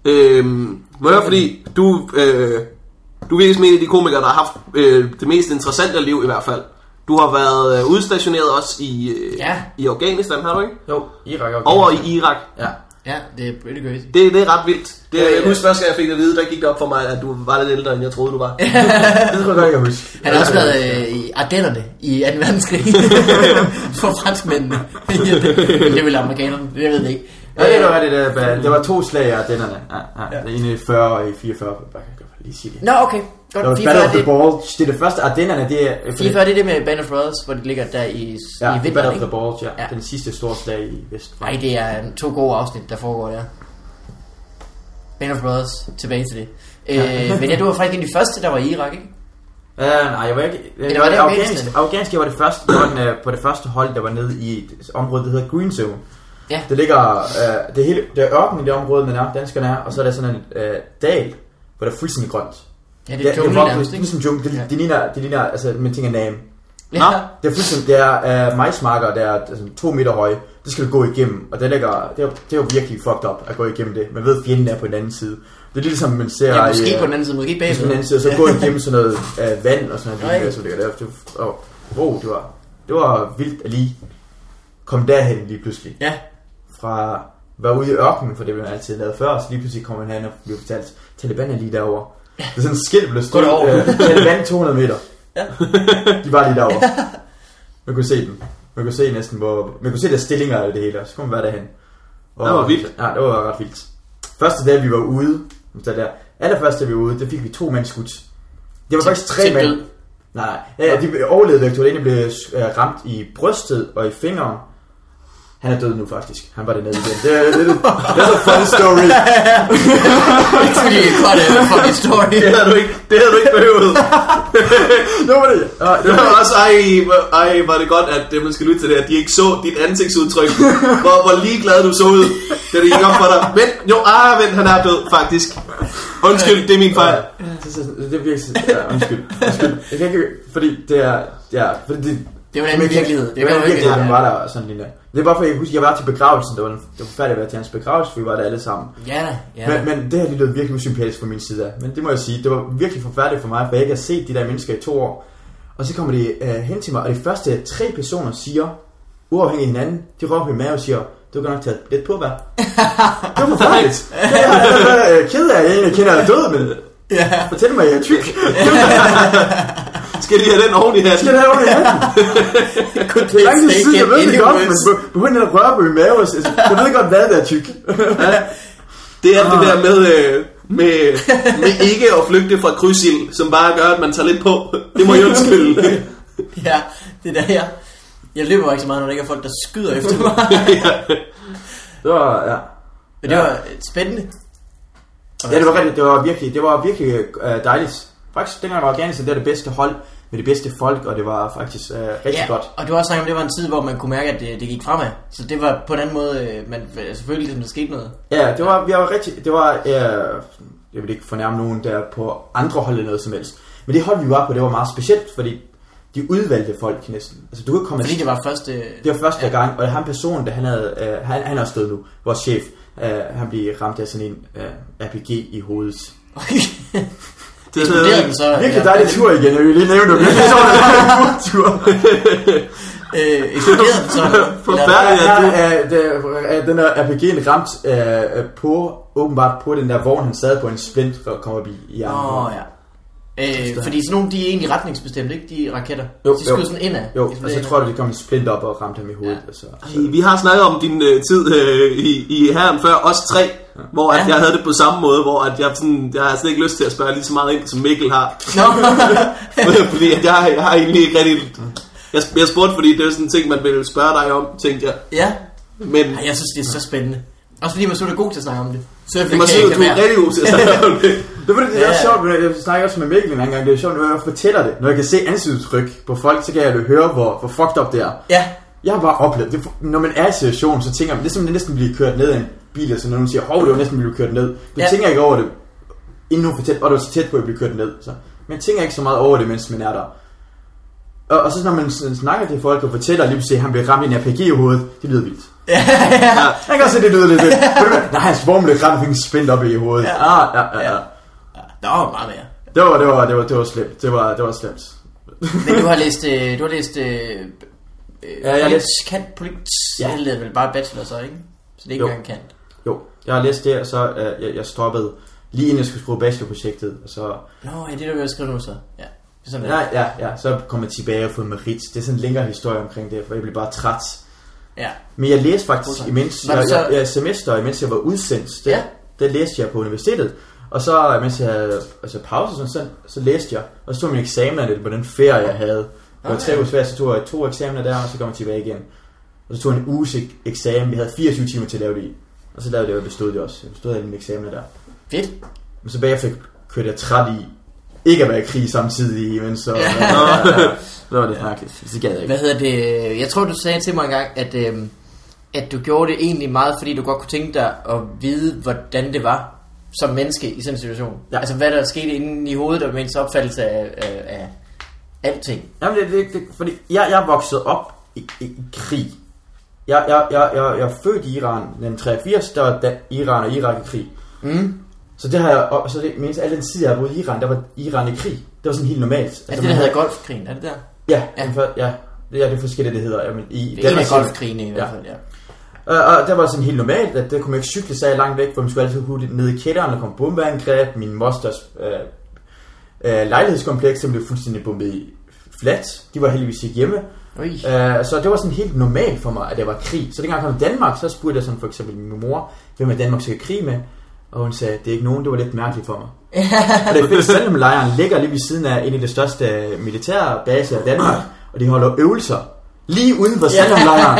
Øhm, Hvorfor? Fordi du, øh, du er virkelig en af de komikere, der har haft øh, det mest interessante liv i hvert fald. Du har været øh, udstationeret også i, øh, ja. i Afghanistan, har du ikke? Jo, Irak. Okay. Over i Irak. Ja. Ja, det er pretty crazy. Det, det er ret vildt. Det, ja, ja. Jeg husker første gang, jeg fik det at vide, der gik det op for mig, at du var lidt ældre, end jeg troede, du var. Det tror jeg godt, jeg husker. Han har også været øh, i Ardennerne i anden verdenskrig. For franskmændene. Det ville amerikanerne, det ved jeg ikke. Ja, det var det der. Det var to slag af Ardennerne. Ja, ja. ja. En i fyrre og i fireogfyrre. Jeg kan lige sige det. Nå, okay. Godt. Det var Battle of the Bulge. Det er det første. Ardennerne, det er... fireogfyrre, det er det med Band of Brothers, hvor det ligger der i, ja, i Battle Battle of the Bulge, ja. ja. Den sidste store slag i vest. Nej, det er to gode afsnit, der foregår der. Band of Brothers, tilbage til det. Øh, men ja, du var faktisk en af de første, der var i Irak, ikke? Uh, nej, jeg var ikke... Jeg var, var det afghansk, afghansk, jeg var det første, jeg var den, uh, på det første hold, der var nede i et område, der hedder Green Zone. Ja. Det ligger... Uh, det, hele, det er ørken i det område, man er, danskerne er, og så er der sådan en uh, dal, hvor der er fuldstændig grønt. Ja, det er jungle nærmest, ikke? Ligesom jungle. Det, ja. det, ligner, det ligner, altså, man tænker name. Ja. Det er fuldstændig, det er uh, majsmarker, der er altså, to meter høje. Det skal du gå igennem, og det, ligger, det, er, det er jo virkelig fucked up at gå igennem det. Man ved, at fjenden er på den anden side. Det er lidt som man ser... Ja, måske i, på den anden side, måske bagved. På den anden side, og så gå igennem sådan noget uh, vand og sådan noget, der, som ligger der. Det, oh, wow, det var, det var vildt at lige komme derhen lige pludselig. Ja. Fra være ude i ørkenen, for det blev man altid lavet før, så lige pludselig kommer man hen og bliver fortalt, Taliban er lige derovre. Ja. Det er sådan en skilt, blev stået, uh, Taliban to hundrede meter. Ja. De var lige derovre. Man kunne se dem. Man kunne se næsten, hvor... Man kunne se deres stillinger og det hele, så kunne man være derhen. Og, det var vildt. Ja, det var ret vildt. Første dag, vi var ude, der der, allerførste, vi var ude, der fik vi to mand skudt. Det var faktisk tre mand. Nej, nej. Ja, de overlevede væk. Den ene blev ramt i brystet og i fingeren. Han er død nu faktisk. Han var dernede igen. Det er det, det, det er en funny story. It's really quite a funny story. Det havde du ikke, det havde du ikke behøvet. Det var det. Det var også, ej, ej, var det godt, at det man skal lytte til det, at de ikke så dit ansigtsudtryk, hvor, hvor ligeglad du så ud, da det gik op for dig. Vent, jo, ah, vent, han er død faktisk. Undskyld, det er min fejl. Det er virkelig, ja, undskyld. Undskyld. Jeg kan ikke, fordi det er, ja, fordi det, det var en anden virkelighed. Det var en virkelighed, den var der sådan lige der. Det er bare for, jeg husker, jeg var til begravelsen, det var, det var færdigt at være til hans begravelse, for vi var der alle sammen. Ja, ja. Men, men det her lige lød virkelig usympatisk fra min side af. Men det må jeg sige, det var virkelig forfærdeligt for mig, for jeg ikke har set de der mennesker i to år. Og så kommer de uh, hen til mig, og de første tre personer siger, uafhængig af hinanden, de råber i mave og siger, du kan nok tage lidt på, hvad? Det var forfærdeligt. Jeg er ked af, at jeg egentlig kender er død, men ja. Fortæl mig, at jeg er tyk. Skal de have den oven i hatten? Skal de have oven i hatten? Det er lang tid siden, jeg ved det godt, men begynd at røre på i mave. Jeg ved godt, hvad det er tyk. Det er det der med, med, med ikke at flygte fra krydsild, som bare gør, at man tager lidt på. Det må jeg undskylde. Ja, det der her. Jeg løber ikke så meget, når der ikke er folk, der skyder efter mig. Ja. Det var, ja. Men det var spændende. Ja, det var rigtig, det var virkelig, det var virkelig uh, dejligt. Faktisk, dengang jeg var Afghanistan, det var det bedste hold med det bedste folk, og det var faktisk uh, rigtig ja, godt. Og du har også sagt, at det var en tid, hvor man kunne mærke, at det, det gik fremad. Så det var på en anden måde, man selvfølgelig ligesom, der skete noget. Ja, det var, vi var rigtig, det var, uh, jeg vil ikke fornærme nogen der på andre hold eller noget som helst. Men det hold, vi var på, det var meget specielt, fordi de udvalgte folk næsten. Altså, du kunne komme fordi det var første... Det var første ja. gang, og han person, der han havde, uh, han, han er stået nu, vores chef, uh, han blev ramt af sådan en uh, R P G i hovedet. Det eksploderede den så. Virkelig dejlig tur igen, jeg vil lige nævne det. Det er en tur. Eksploderede den så? Forfærdeligt. Den der R P G'en ramt uh, på, åbenbart på den der vogn, han sad på en splint og kom op i hjernen. Åh, oh, ja. Øh, fordi sådan nogle, de er egentlig retningsbestemt, ikke? De raketter. Jo, de skyder sådan indad. Jo, og så tror jeg, de kom en splint op og ramte ham i hovedet. Ja. Og så, så. Vi har snakket om din uh, tid uh, i, i herren før, os tre, ja. Hvor at ja. Jeg havde det på samme måde, hvor at jeg, sådan, jeg har slet ikke lyst til at spørge lige så meget ind, som Mikkel har. No. Fordi at jeg, jeg har egentlig ikke rigtig... Jeg, jeg spurgte, fordi det er sådan en ting, man ville spørge dig om, tænkte jeg. Ja, men ej, jeg synes, det er så spændende. Også fordi man så er god til at snakke om det. Så jeg fik man så er rigtig god til at snakke om det. Det, det, det er også sjovt, jeg snakker også med Mikkel en anden gang, det er sjovt, når jeg fortæller det. Når jeg kan se ansigtsudtryk på folk, så kan jeg jo høre, hvor, hvor fucked up det er. Ja. Jeg har bare oplevet det. Når man er i situationen, så tænker man, det er som næsten bliver kørt ned af en bil, eller så når nogen siger, hov, det var næsten blive kørt ned. Du ja. tænker ikke over det, inden hun fortæller, og det var så tæt på at blive kørt ned. Så man tænker ikke så meget over det, mens man er der. Og, og så når man snakker til folk og fortæller lige pludselig, at han bliver ramt i en R P G i hovedet, det lyder vildt. Ja, ja. Jeg kan også se det lyder lidt lidt. Nej, han svumlede lidt græn og fik en spændt op i hovedet. Ja. Ah, ja, ja, ja. Der var meget mere. Det var, det var, det var, det var slemt. Det var, det var slemt. Men du har læst, øh, du har læst, øh, ja, jeg læst kant politik. Ja. Ja, det er vel bare bachelor så, ikke? Så det er ikke engang kant. Jo, jeg har læst det, og så øh, jeg, jeg stoppede lige inden jeg skulle skrive bachelorprojektet, og så... Nå, ja, det er der, vi skrive nu så. Ja, sådan ja, ja, ja, så kom jeg tilbage og fået merit. Det er sådan en længere historie omkring det, for jeg blev bare træt. Ja. Men jeg læste faktisk, imens jeg, så... jeg, jeg, semester, imens jeg var udsendt, det, ja. det læste jeg på universitetet. Og så, mens jeg havde altså pause, sådan, så, så læste jeg, og så tog mine eksamener lidt på den ferie, jeg havde. Det var tre uger svært, så tog jeg to eksamener der, og så kom jeg tilbage igen. Og så tog jeg en uges eksamen, vi havde fireogtyve timer til at lave det i. Og så lavede jeg det, og bestod det også. Jeg bestod alle mine eksamener der. Fedt. Men så bagefter kørte jeg træt i, ikke at være i krig samtidig, men så... Ja. Så var det mærkeligt, det gad jeg ikke. Hvad hedder det? Jeg tror, du sagde til mig engang, at, øh, at du gjorde det egentlig meget, fordi du godt kunne tænke dig at vide, hvordan det var som menneske i sådan en situation. Ja. Altså, hvad der skete inde i hovedet, og med ens opfattelse af, af, af alting. Jamen, det, det, det, fordi jeg, jeg voksede op i, i, i krig. Jeg, jeg, jeg, jeg, jeg er født i Iran, den treogfirs, der var da Iran og Irak i krig. Mm. Så det har jeg, og så det mindst alle den tid, jeg har boet i Iran, der var Iran i krig. Det var sådan helt normalt. Altså, er det, der hedder Golfkrigen, er det der? Ja, ja. Den, ja, det er det forskellige, det hedder. Jamen, i, det er en af Golfkrigen i hvert fald, ja. Uh, og der var sådan helt normalt, at det kunne man ikke cykle sig langt væk, for man skulle altid hurtigt ned i kælderen, der kom bombeangreb. Min mosters uh, uh, lejlighedskompleks, som blev fuldstændig bombet i flat. De var heldigvis ikke hjemme. Uh, så det var sådan helt normalt for mig, at det var krig. Så dengang jeg kom til Danmark, så spurgte jeg sådan for eksempel min mor, hvem er Danmark skal krig med? Og hun sagde, det er ikke nogen, det var lidt mærkeligt for mig. Og det fælles Salem-lejren ligger lige ved siden af en af de største militære baser i Danmark, og de holder øvelser lige uden for Salem-lejren.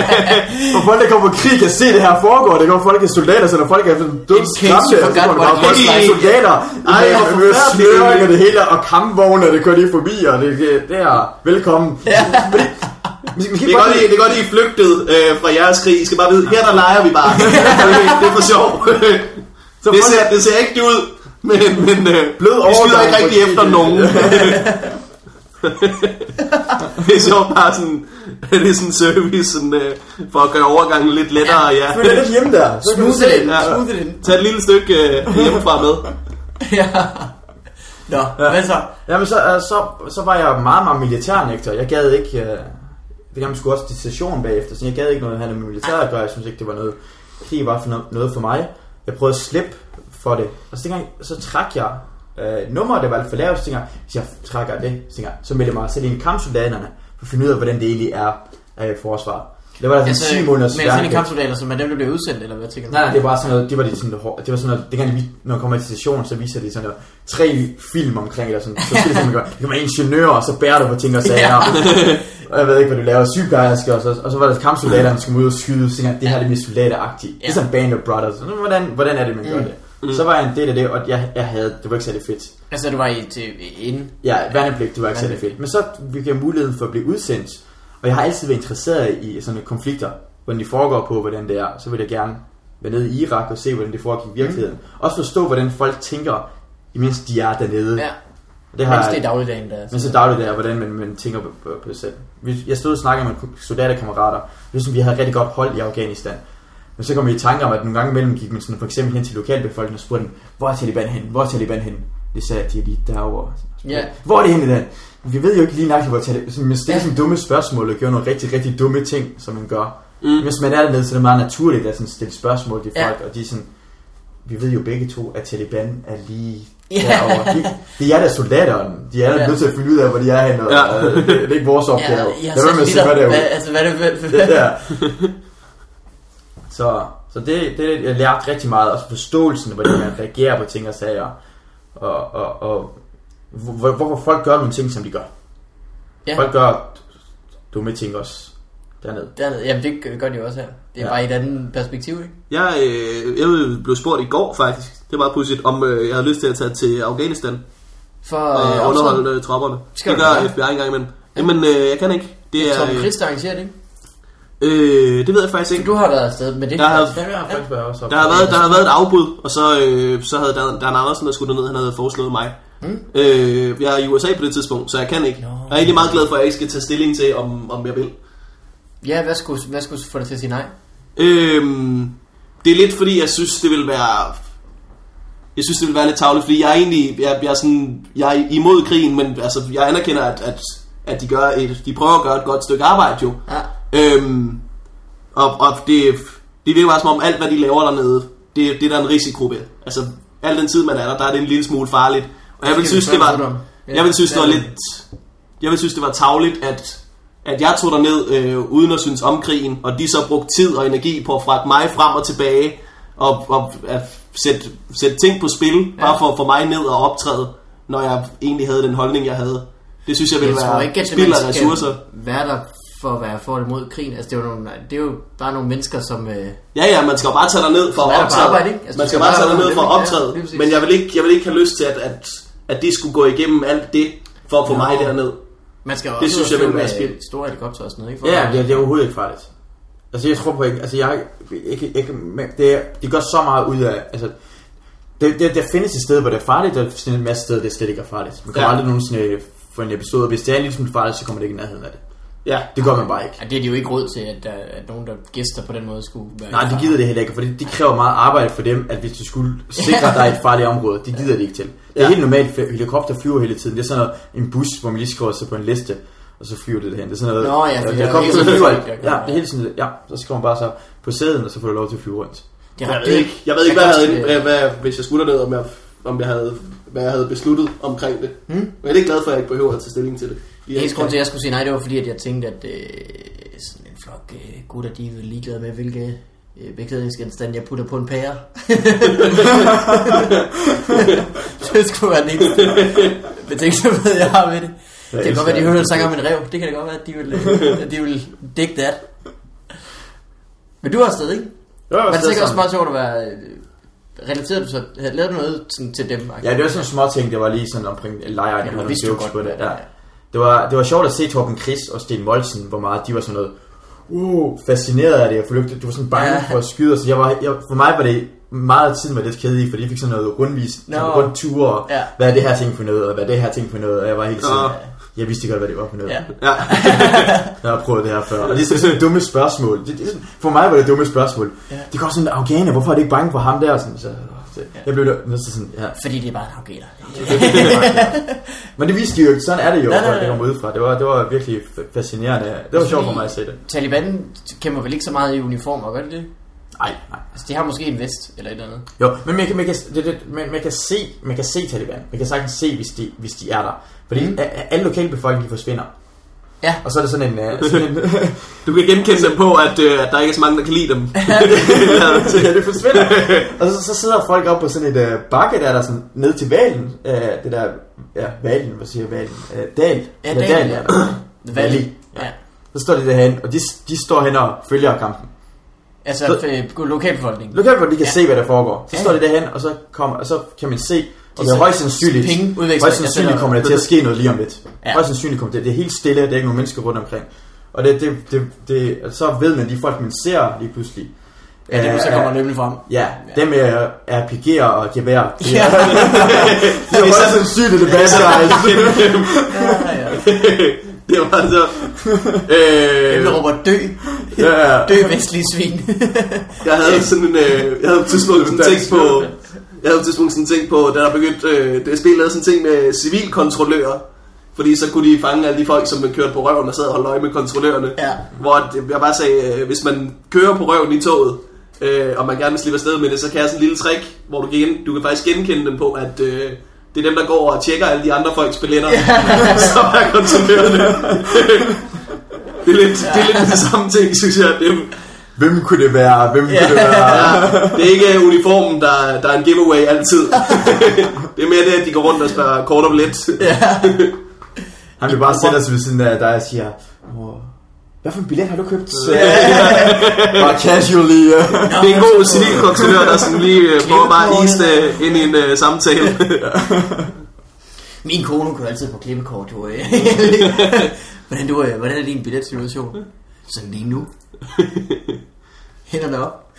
Og folk, der kommer på krig, kan se det her foregår. Det går folk er soldater, så når folk er sådan dødt skræmte, så kommer der bare folk, der er soldater. Ej, med sløring og det hele, og kampvogne, og det kører lige forbi, og det, det, det er velkommen. Fordi, det er godt, I, det er godt, I er flygtet øh, fra jeres krig. I skal bare vide, her der leger vi bare. Det er for sjov. Så det, ser, det ser ikke ud, men, men øh, blød vi skyder ikke rigtig efter nogen. Det er sjovt bare sådan, det er sådan en service sådan, øh, for at gøre overgangen lidt lettere. Ja. Følg lidt hjemme der. Smooth it in. Ja. Smooth it in. Tag et lille stykke øh, hjemmefra med. Ja. Nå, ja. Hvad så? Jamen så, uh, så, så var jeg meget, meget militærnægter. Jeg gad ikke, uh, det kan man sgu også til station bagefter, så jeg gad ikke noget at have med militær at gøre. Jeg synes ikke, det var noget, krig var for noget for mig. Jeg prøvede at slippe for det. Og så dengang, så trak jeg uh, nummeret, det var alt for lavt, så tænkte jeg, hvis jeg trækker det, så, jeg, så meldte jeg mig selv ind i kampsoldaterne, for at finde ud af, hvordan det egentlig er af forsvar. Det var der altså, ti måneders men sådan en kampsoldater, som er dem, der blev udsendt, eller hvad tænker du? Nej, nej, det var sådan noget, det var det sådan noget, det var sådan noget, det kan vi, når man kommer til stationen, så viser de sådan noget, tre film omkring det, sådan, så skal det sådan, man kan være ingeniør, og så bærer du på ting og sager, og jeg ved ikke, hvad du laver, sygeplejerske, og så, og så var der kampsoldater, der skulle ud og skyde, så det her er det mest soldateragtigt, det er sådan Band of Brothers, så, hvordan, hvordan er det, man gør det? Mm. Så var jeg en del af det, og jeg, jeg havde, det var ikke særlig fedt. Altså, du var i til inden? Ja, værnepligt, det var ikke særlig fedt, men så fik jeg muligheden for at blive udsendt, og jeg har altid været interesseret i sådan konflikter, hvordan de foregår på, hvordan det er. Så vil jeg gerne være nede i Irak og se, hvordan det foregår i virkeligheden. Mm. Også forstå, hvordan folk tænker, imens de er dernede. Ja, det har, mens det er dagligdagen der. Mens det er dagligdagen, hvordan man, man tænker på, på, på det selv. Jeg stod og snakkede med soldaterkammerater, ligesom vi havde et rigtig godt hold i Afghanistan. Men så kom vi i tanke om, at nogle gange imellem gik man sådan, for eksempel hen til lokalbefolkningen og spurgte dem, hvor er Taliban hen? Hvor er Taliban hen? Det sagde de er lige derovre. Ja. Hvor er det henne i den? Vi ved jo ikke lige nok, hvor Taliban er. Man stiller sådan dumme spørgsmål og gør nogle rigtig, rigtig dumme ting, som man gør. Mm. Hvis man er dernede, så er det meget naturligt at sådan stille spørgsmål til folk, ja. Og de er sådan, vi ved jo begge to, at Taliban er lige derovre. De, de er der soldaterne, de er der ja. Nødt til at finde ud af, hvor de er henne, og, ja. Og det, det er ikke vores opgave. Ja, jeg har set lidt om, altså hvad er det for... Ja. Så, så det, det, jeg lærte rigtig meget, også forståelsen, hvordan man reagerer på ting og sager, og, og, og hvor, hvorfor folk gør nogle ting, som de gør. Ja. Folk gør dumme ting også. Dernede. Dernede. Jamen det gør de jo også her. Det er ja. Bare i et andet perspektiv, ikke? Jeg, øh, jeg blev spurgt i går faktisk. Det var pudsigt, om øh, jeg havde lyst til at tage til Afghanistan. For og øh, underholde øh, tropperne. Skal det gør F B I engang imellem. Ja. Jamen øh, jeg kan ikke. Det, det er er Tom Chris, der arrangerer det, ikke? Øh, det ved jeg faktisk ikke. Du har været afsted med det. Der har, ja, ja, faktisk været også der har været der har været et afbud, og så øh, så havde der Dan Andersen, der skulle ned, han havde foreslået mig. Mm. Øh, jeg er i U S A på det tidspunkt, så jeg kan ikke. No. Jeg er egentlig meget glad for, at jeg ikke skal tage stilling til, om om jeg vil. Ja, hvad skulle hvad skulle få dig til at sige nej? Øhm, det er lidt fordi, jeg synes, det vil være... Jeg synes, det vil være lidt tarveligt, fordi jeg er egentlig... Jeg, jeg, er, sådan, jeg er imod krigen, men altså, jeg anerkender, at, at, at de, gør et, de prøver at gøre et godt stykke arbejde, jo. Ja. Øhm, og og det, det virker bare som om, alt hvad de laver dernede, det, det er der en risiko ved. Altså, al den tid, man er der, der er det en lille smule farligt. Og jeg vil synes, det var... Jeg vil synes, det var lidt... Jeg vil synes, det var tarveligt, at... at jeg tog derned øh, uden at synes om krigen, og de så brugte tid og energi på at fragte mig frem og tilbage, og, og at sætte, sætte ting på spil, ja. Bare for at få mig ned og optræde, når jeg egentlig havde den holdning, jeg havde. Det synes jeg ville jeg være ikke, spild af ressourcer. Være der for at være for imod krigen. Altså, det er jo, nogle, det er jo bare nogle mennesker, som... Øh, ja, ja, man skal jo bare tage derned for at optræde. Arbejde, ikke? Altså, man skal bare tage derned for at optræde. Ja, men jeg vil, ikke, jeg vil ikke have lyst til, at, at, at de skulle gå igennem alt det, for at få no. mig derned. Man skal jo det også synes jeg vil være spild. Store helikopter og sådan noget, ikke? For ja, det er, det er overhovedet ikke farligt. Altså jeg tror på ikke, altså jeg ikke, ikke det er, de gør så meget ud af, altså det, det, der findes et sted, hvor det er farligt, der findes en masse steder, det slet ikke er farligt. Man kan ja. aldrig nogensinde få en episode, hvis det er en lille smule farligt, så kommer det ikke i nærheden af det. Ja, det gør man bare ikke. Ja, det er de jo ikke råd til, at, der, at nogen der gæster på den måde skulle være. Nej, de gider det heller ikke, for det, de kræver meget arbejde for dem, at hvis de skulle sikre, at der er et farligt område, det gider de ikke til. Det er ja. helt normalt, helikopter flyver hele tiden. Det er sådan noget, en bus, hvor man lige skriver sig på en liste, og så flyver det derhen. Det er sådan noget. Nå ja, for det kommer til at flyve. Ja, det er helt sådan. Ja, så skriver man bare så på sæden, og så får du lov til at flyve rundt. Jeg ved ikke, jeg ved ikke, hvad jeg havde, hvad, hvis jeg skulle derned, om jeg, om jeg havde, hvad jeg havde besluttet omkring det. Hmm? Men jeg er lidt glad for, at jeg ikke behøver at tage stilling til det. Det eneste grund til, at jeg skulle sige nej, det var fordi, at jeg tænkte, at øh, sådan en flok øh, gutter, de er ligeglade med, hvilke øh, beklædningsgenstande jeg putter på en pære. Det skulle være den eneste betænksomhed, jeg har ved det. Det kan godt være, at de hører en sang om en rev. Det kan det godt være, at de vil, at de vil dig that. Men du har afsted, ikke? Jo, men det er sikkert også meget sjovt at være... Relateret du så? Havde lavet noget sådan til dem? Ja, det var sådan små ting, det var lige sådan omkring lejre, der havde jokes på det. Ja. Det var, det var sjovt at se Torben Chris og Sten Molsen, hvor meget de var sådan noget uh, fascineret af det og flygte. Du var sådan bange ja. for at skyde, så jeg var, jeg, for mig var det meget af tiden var lidt kedeligt, fordi jeg fik sådan noget rundvis, no. sådan rundture, og ja. hvad er det her ting for noget, og hvad er det her ting for noget, og jeg var helt sådan, uh. jeg vidste godt, hvad det var for noget. Ja. Ja. Jeg har prøvet det her før, og det er sådan et dumme spørgsmål. Det, det, for mig var det dumme spørgsmål. Ja. Det går sådan, afghaner, hvorfor er det ikke bange for ham der? Sådan, så, så, jeg blev næsten sådan, ja. Fordi det er bare en afghaner. Men det viste de jo ikke, sådan er det jo, hvor det kom udefra. Det var, det var virkelig fascinerende. Det var sjovt for mig at se det. Taliban kæmper vel ikke så meget i uniformer, gør det det? Nej, nej. Altså, de har måske en vest eller et eller andet. Jo, men man kan, man kan, det, det, man, man kan se, man kan se Taliban. Man kan sagtens se, hvis de, hvis de er der. Fordi mm. alle lokalbefolkningen de forsvinder. Ja. Og så er det sådan en... Uh, sådan en du kan genkende dem på, at, uh, at der ikke er så mange, der kan lide dem. Ja, det forsvinder. Og så, så sidder folk op på sådan et uh, bakke, der er der sådan ned til valen. Uh, det der... Ja, valen, hvad siger valen? Uh, dal. Ja, dal. Dal, ja. Valley. Ja. Så står de derhen, og de, de står hen og følger kampen. Altså så, lokalbefolkningen. Lokalbefolkningen kan ja. se, hvad der foregår. Så ja. står de derhen, og så, kommer, og så kan man se, og det er højst sandsynligt, højst sandsynligt kommer der til at ske noget lige om lidt. Ja. Højst sandsynligt kommer det. Det er helt stille, der er ikke nogen mennesker rundt omkring. Og det, det, det, det, så ved man, de folk, man ser lige pludselig. Ja, det er så kommer nemlig frem. Ja, ja. Dem er R P G'er og gevær. Det er, det er højst sandsynligt, det bedste. Ja, ja. Det var så... Øh, Dem der råber dø. Ja. Dø vestlige svin. Jeg havde sådan en... Øh, jeg havde på tidspunkt sådan tænkt på... Jeg havde på tidspunkt sådan tænkt på, da der begyndte... Øh, D S B lavede sådan en ting med civilkontrollører. Fordi så kunne de fange alle de folk, som kørte på røven og sad og holdt øje med kontrollørerne. Ja. Hvor jeg bare sagde, øh, hvis man kører på røven i toget, øh, og man gerne vil slippe afsted med det, så kan jeg sådan en lille trick, hvor du kan, du kan faktisk genkende dem på, at... Øh, det er dem, der går og tjekker alle de andre folks billetter, som er kontrollørerne. Det er lidt, ja. det, er lidt det samme ting, synes jeg. Det er, hvem kunne det være? Hvem ja. kunne det være? Ja, det er ikke uniformen, der, der er en giveaway altid. Det er mere det, at de går rundt og spørger kort og let. Ja. Han vil bare sætte os ved siden af dig og siger, hvad for en billet har du købt? Bare casually. Uh. Det er en god civilkontrollør, der sådan lige uh, prøver bare at ise det ind i en uh, samtale. Min kone kører altid på klippekort. hvordan, du, uh, hvordan er din billetsituation? Sådan lige nu. Hænderne op.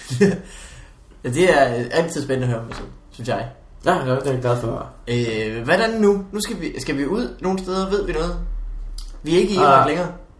Det er altid spændende at høre med, synes jeg. Ja, det er jeg glad for. Øh, hvordan nu? Nu skal vi, skal vi ud nogle steder, ved vi noget? Vi er ikke i Irak uh. længere.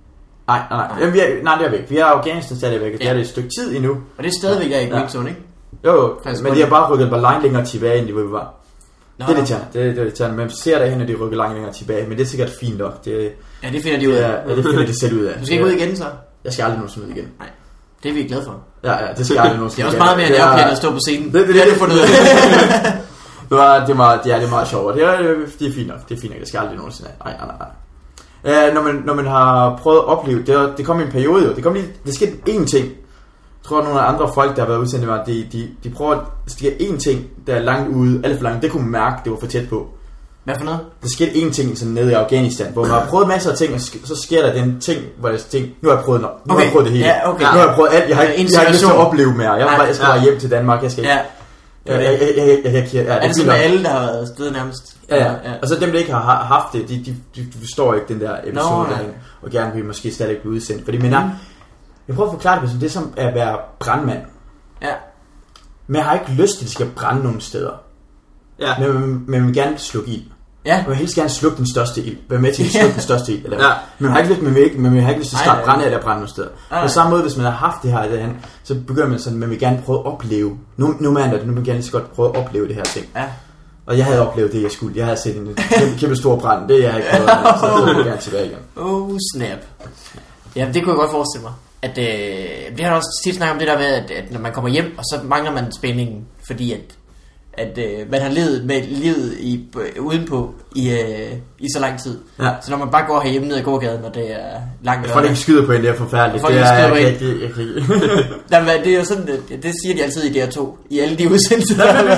Nej, nej, nej. Jamen, vi er, nej, det er væk. Vi er Afghanistan stadigvæk, og det Ja. er det et stykke tid endnu. Og det er stadigvæk er i green Ja. zone, ikke? Jo, jo, Faktisk men på de har det. bare rykket bare langt længere tilbage, end de hvor vi var. Nå, Det er lidt tjern, det, det er lidt tjern. Man ser derhen, at de rykker langt længere tilbage, men det er sikkert fint nok. Det, ja, det finder de ud det af. er, ja, det finder de selv ud af. Du skal ikke ud igen, så? Jeg skal aldrig nogensinde ud igen. Nej, det er vi glade for. Ja, ja, det skal jeg aldrig Det nogensinde er også igen. meget mere nervepirrende at stå på scenen. Det, det, Det har det, du fundet ud af. det, var, det, er meget, ja, det er meget sjovt. Det er, det er fint nok, det er fint nok. Det skal jeg aldrig nogensinde. Nej, nej, nej. Uh, når, man, når man har prøvet at opleve, det, var, det kom i en periode jo. Det kom lige, det skete én ting. Jeg tror, at nogle af andre folk, der har været udsendt, var, de, de, de prøver at ske én ting, der er langt ude, alt for langt. Det kunne man mærke, det var for tæt på. Hvad for noget? Der skete én ting sådan nede i Afghanistan, hvor man har prøvet masser af ting, og så sker der den ting, hvor jeg tænker, nu har jeg prøvet, nu okay. har jeg prøvet det hele. Ja, okay. Nu har jeg prøvet alt, jeg har ikke, jeg har ikke lyst til at opleve mere. Jeg, Nej, jeg skal ja. bare hjem til Danmark, jeg skal ikke. Ja. Jeg, jeg, jeg, jeg, jeg, jeg, jeg, ja, Er det er sådan med fint nok. alle, der har været afsted nærmest? Ja, ja. Og så dem, der ikke har haft det, de, de, de, de forstår ikke den der episode, Nå, der, nej. og gerne vil måske stadig blive udsendt. Fordi, men jeg, jeg prøver at forklare det som det som at være brandmand. Ja. Men jeg har ikke lyst til, at de skal brænde nogen steder. Ja. Men, men, men man vil gerne slukke ild. Ja. Man vil helst gerne slukke den største ild. Være med til at slukke den største ild. Eller, Ja. Men man har ikke lyst, man vil ikke, man vil have ikke lyst til at Nej, starte nej. brænde eller brænde nogle steder. Nej. På samme måde, hvis man har haft det her, det her så begynder man sådan, man vil gerne prøve at opleve. Nu, nu man det, nu vil man gerne lige så godt prøve at opleve det her ting. Ja. Og jeg havde oplevet det, jeg skulle. Jeg havde set en kæmpe, kæmpe stor brand. Det jeg har ikke prøvet, så det vil jeg gerne tilbage igen. Oh, snap. Ja, det kunne jeg godt forestille mig. At, øh, det har jeg også tit snakket om det der med, at, at når man kommer hjem, og så mangler man spændingen, fordi at, at øh, man har levet med livet i, øh, udenpå i, øh, i så lang tid. Ja. Så når man bare går herhjemme ned ad gågaden, og det er langt Jeg får ikke skyder på en, det er forfærdeligt. Folk Det ikke er, skyder jeg, på jeg, en. jeg, jeg, jeg, Nej, men det er jo sådan, det, det siger de altid i D R to, i alle de udsendelser.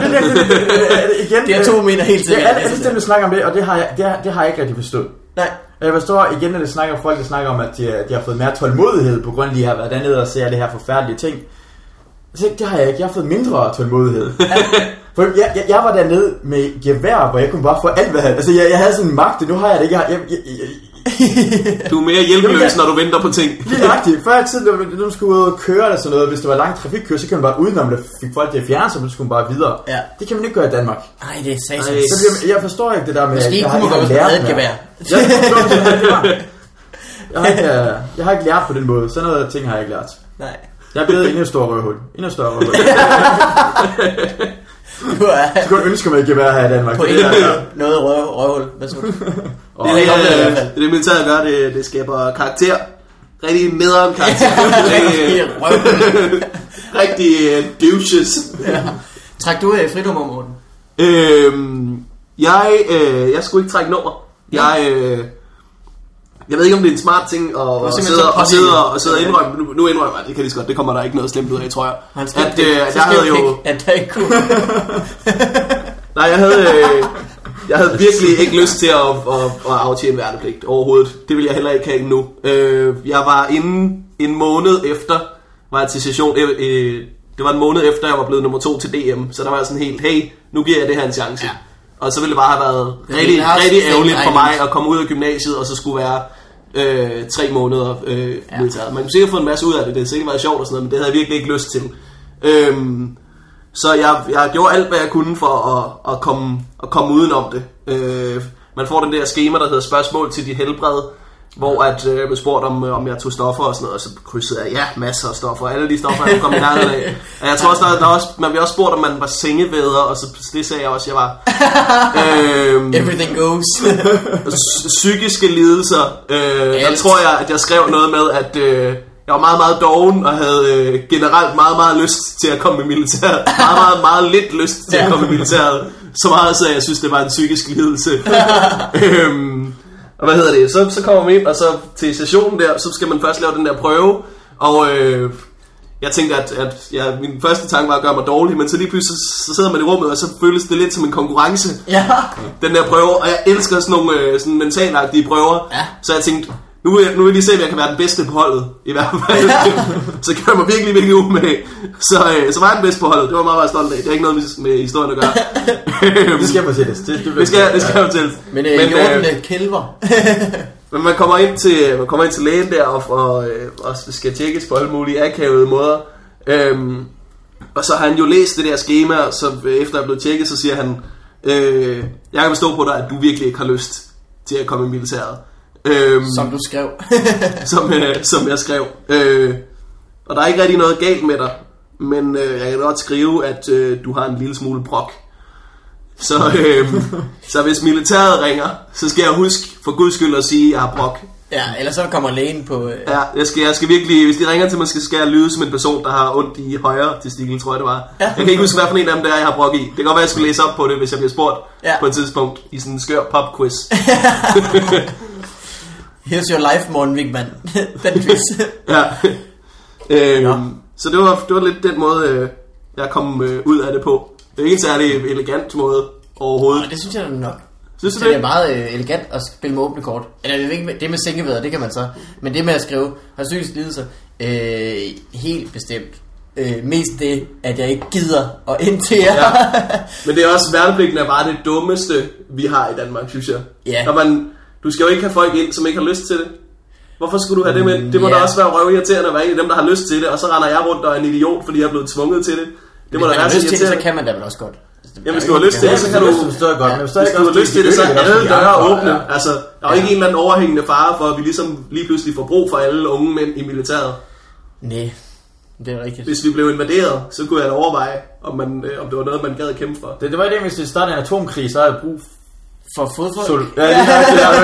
igen, D R to mener helt det sikkert. er alle dem, der snakker om det, og det har jeg, det har, det har jeg ikke rigtig forstået. Nej. Og jeg forstår igen, når det snakker om folk, der snakker om, at de, de har fået mere tålmodighed, på grund af, at de har været dernede og ser det her forfærdelige ting. Så det har jeg ikke. Jeg har fået mindre tålmodighed. For jeg, jeg, jeg var dernede med gevær, hvor jeg kunne bare få alt, hvad jeg havde. Altså, jeg, jeg havde sådan en magt, nu har jeg det ikke. Jeg, jeg, jeg, jeg, Du er mere hjælpeløs, når du venter på ting. lige nøjagtigt. Før i tiden, når du skulle ud og køre eller sådan noget, hvis det var lang trafikkørsel, så kan man bare udenom det, fik folk til at fjerne, så skulle man bare videre. Ja. Det kan man ikke gøre i Danmark. Nej, det er satans. Ej. Så bliver, jeg forstår ikke det der med, Måske at ikke jeg har kunne man ikke godt lært med et gevær. Jeg, jeg, har ikke, jeg, jeg har ikke lært på den måde. Sådan noget ting har jeg ikke lært. Nej. Jeg er blevet endnu større røvhul. Endnu større røvhul. Du er Så kunne ønske mig ikke at være her i Danmark. på en eller anden noget røv, røvhul. Hvad så? Og Det er det, ikke oplevet i hvert det, fald. det militæret gør, det, det skaber karakter. Rigtig nederen karakter. Rigtig Rigtig, røvhul. rigtig uh, douches. Ja. Træk du øh, frinummer, Morten? Øhm, jeg, øh, jeg skulle ikke trække nummer. Jeg, øh, jeg ved ikke, om det er en smart ting at, at simpelthen sidde, så og sidde, og, påvirket. og sidde og indrømme. Nu, nu indrømmer jeg, det kan de så godt. Det kommer der ikke noget slemt ud af, tror jeg. Han skal At, øh, at jeg havde jo... At der ikke kunne. Nej, jeg havde, øh, jeg havde virkelig ikke lyst til at, at, at aftjene værnepligt overhovedet. Det vil jeg heller ikke have endnu. Øh, jeg var inde en måned efter, var jeg til session. Øh, øh, det var en måned efter, jeg var blevet nummer to til D M. Så der var jeg sådan helt, hey, nu giver jeg det her en chance. Ja. Og så ville det bare have været rigtig, det har også rigtig fået ærgerligt en for mig regning. at komme ud af gymnasiet, og så skulle være øh, tre måneder øh, Ja. militæret. Man kunne sikkert få en masse ud af det. Det har sikkert været sjovt og sådan noget, men det havde jeg virkelig ikke lyst til. Øhm, Så jeg, jeg gjorde alt, hvad jeg kunne for at, at, komme, at komme udenom det. Øh, man får den der skema, der hedder spørgsmål til dit helbred, hvor at, øh, man spurgte, om, om jeg tog stoffer og sådan noget, og så krydsede jeg, ja, masser af stoffer. Alle de stoffer, jeg kunne komme i nærheden af. Og jeg tror også, der, der også, man blev også spurgt, om man var sengevæder, og så det sagde jeg også, jeg var. øhm, Everything goes. psykiske lidelser. Øh, der tror jeg, at jeg skrev noget med, at... Øh, jeg var meget, meget doven og havde øh, generelt meget, meget lyst til at komme i militæret. Meget, meget, meget lidt lyst til at komme i militæret. Så meget, så jeg synes, det var en psykisk lidelse. øhm, og hvad hedder det? Så, så kommer man ind, og så til sessionen der, så skal man først lave den der prøve. Og øh, jeg tænkte, at, at ja, min første tanke var at gøre mig dårlig, men så lige pludselig så sidder man i rummet, og så føles det lidt som en konkurrence. Ja. Den der prøve, og jeg elsker sådan nogle øh, sådan mentalagtige prøver. Ja. Så jeg tænkte, nu vil, jeg, nu vil jeg lige se, om jeg kan være den bedste på holdet, i hvert fald. Så gør jeg mig virkelig, virkelig umage. Så, øh, så var jeg den bedste på holdet. Det var meget, meget stolt af. Det er ikke noget med, med historien at gøre. Det skal fortælles. Det, det, det skal, det skal jeg fortælle. Men, øh, men jorden øh, kælver. Men man kommer ind til, man kommer ind til lægen der, og, og, øh, og skal tjekkes på alle mulige akavede måder. Øhm, og så har han jo læst det der skema, og så øh, efter jeg er blevet tjekket, så siger han, øh, jeg kan forstå på dig, at du virkelig ikke har lyst til at komme i militæret. Øhm, Som du skrev. som, øh, som jeg skrev. Øh, og der er ikke rigtig noget galt med dig, men øh, jeg kan godt skrive, at øh, du har en lille smule brok. Så, øh, så hvis militæret ringer, så skal jeg huske for guds skyld at sige, at jeg har brok. Ja, eller så kommer lægen på... Øh... Ja, jeg skal, jeg skal virkelig, hvis de ringer til mig, skal, skal jeg lyde som en person, der har ondt i højre testikel, tror jeg det var. Ja. Jeg kan ikke huske, hvad for en af dem der jeg har brok i. Det kan godt være, jeg skal læse op på det, hvis jeg bliver spurgt ja. på et tidspunkt i sådan en skør pop-quiz. Here's your life, Morten Wigman. Den quiz. Ja. Øhm, så det var, det var lidt den måde, øh, jeg kom øh, ud af det på. Det er ikke en særlig elegant måde overhovedet. Nå, det synes jeg nok. Synes du det? Det er meget øh, elegant at spille med åbne kort. Eller det, det med sengeveder, det kan man så. Men det med at skrive, har psykisk lidelse, øh, helt bestemt. Øh, mest det, at jeg ikke gider at indtere. Ja. Men det er også, værnepligten er bare det dummeste, vi har i Danmark, synes jeg. Ja. Når man, du skal jo ikke have folk ind, som ikke har lyst til det. Hvorfor skulle du have det med? Det må ja. da også være røvirriterende at være en af dem, der har lyst til det, og så render jeg rundt og er en idiot, fordi jeg er blevet tvunget til det. Det må hvis da man være har lyst til det, så irriterende. kan man da vel også godt. Jamen hvis du har lyst til det, så kan du... Hvis du har lyst til det, så er alle døre åbne. Altså, der er jo ikke en eller anden overhængende fare for, at vi ligesom lige pludselig får brug for alle unge mænd i militæret. Nej, det er rigtigt. Hvis vi blev invaderet, så kunne jeg da overveje, om, man, om det var noget, man gad at kæmpe for. Det, det var det, hvis det startede en atomkrig, så havde jeg brug for fodfolk. Sol- ja, det er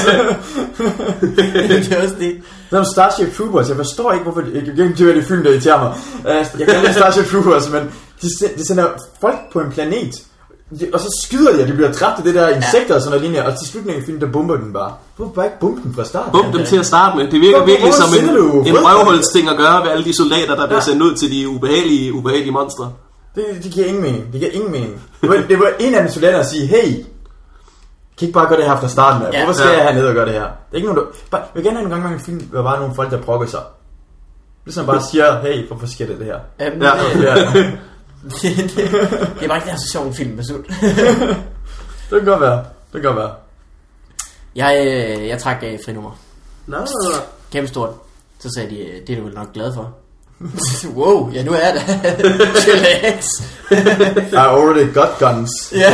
det. Det er også det. Som Starship Troopers, jeg forstår ikke, hvorfor... Jeg kan ikke det film, der irriterer mig. Jeg kan lide Starship Troopers, men de, de sender folk på en planet, og så skyder de, og de bliver dræbt af det der insekter og sådan noget lignende, og til slutningen af filmen, der bomber den bare. Hvorfor bare ikke bombe den fra start? Bombe dem til at starte med. Det virker hvor, virkelig som en, en røvhulsting at gøre ved alle de soldater, der bliver ja. sendt ud til de ubehagelige, ubehagelige monstre. Det, det giver ingen mening. Det giver ingen mening. Det var, det var en af de soldater at sige, hey, kan ikke bare gøre det her fra starten af? Ja. Hvorfor skal ja. jeg hernede og gøre det her? Det er ikke nogen, der... Bare, jeg vil gerne have en gang med en film, hvor bare nogle folk, der brokker sig. Ligesom bare siger, hey, hvorfor sker det det her? Jamen, ja. det, det, det, det er bare ikke det her så sjov en film, Masud. Det kan godt være. Det kan godt være. Jeg, øh, jeg trak af frinummer. Nå. Kæmpe stort. Så sagde de, det er du vel nok glad for. Wow, ja nu er jeg da. Chillax. I already got guns. Ja.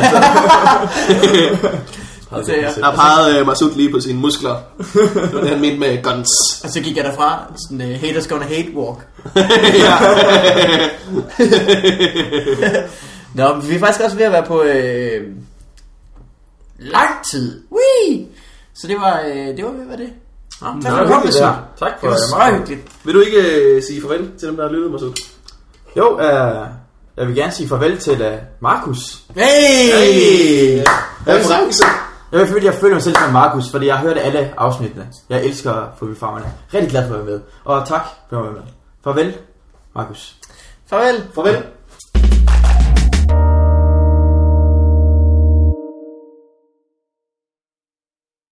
Jeg har peget uh, Masud lige på sine muskler. Det var det han mente med guns. Og så gik jeg derfra sådan uh, haters gonna hate walk. Nå, men vi er faktisk også ved at være på øh, lang tid. Wee! Så det var øh, det var hvad det. Ja, tak for at komme, tak for det. Var meget hyggeligt. Vil du ikke uh, sige farvel til dem, der har lyttet, Masud? Jo, uh, jeg vil gerne sige farvel til uh, Markus. Hey! Hey! Reference. Jeg vil føle, jeg føler mig selv som Markus, fordi jeg har hørt alle afsnittene. Jeg elsker Fodboldfarmerne. Rigtig glad for at være med. Og tak for at være med. Farvel, Markus. Farvel. Farvel.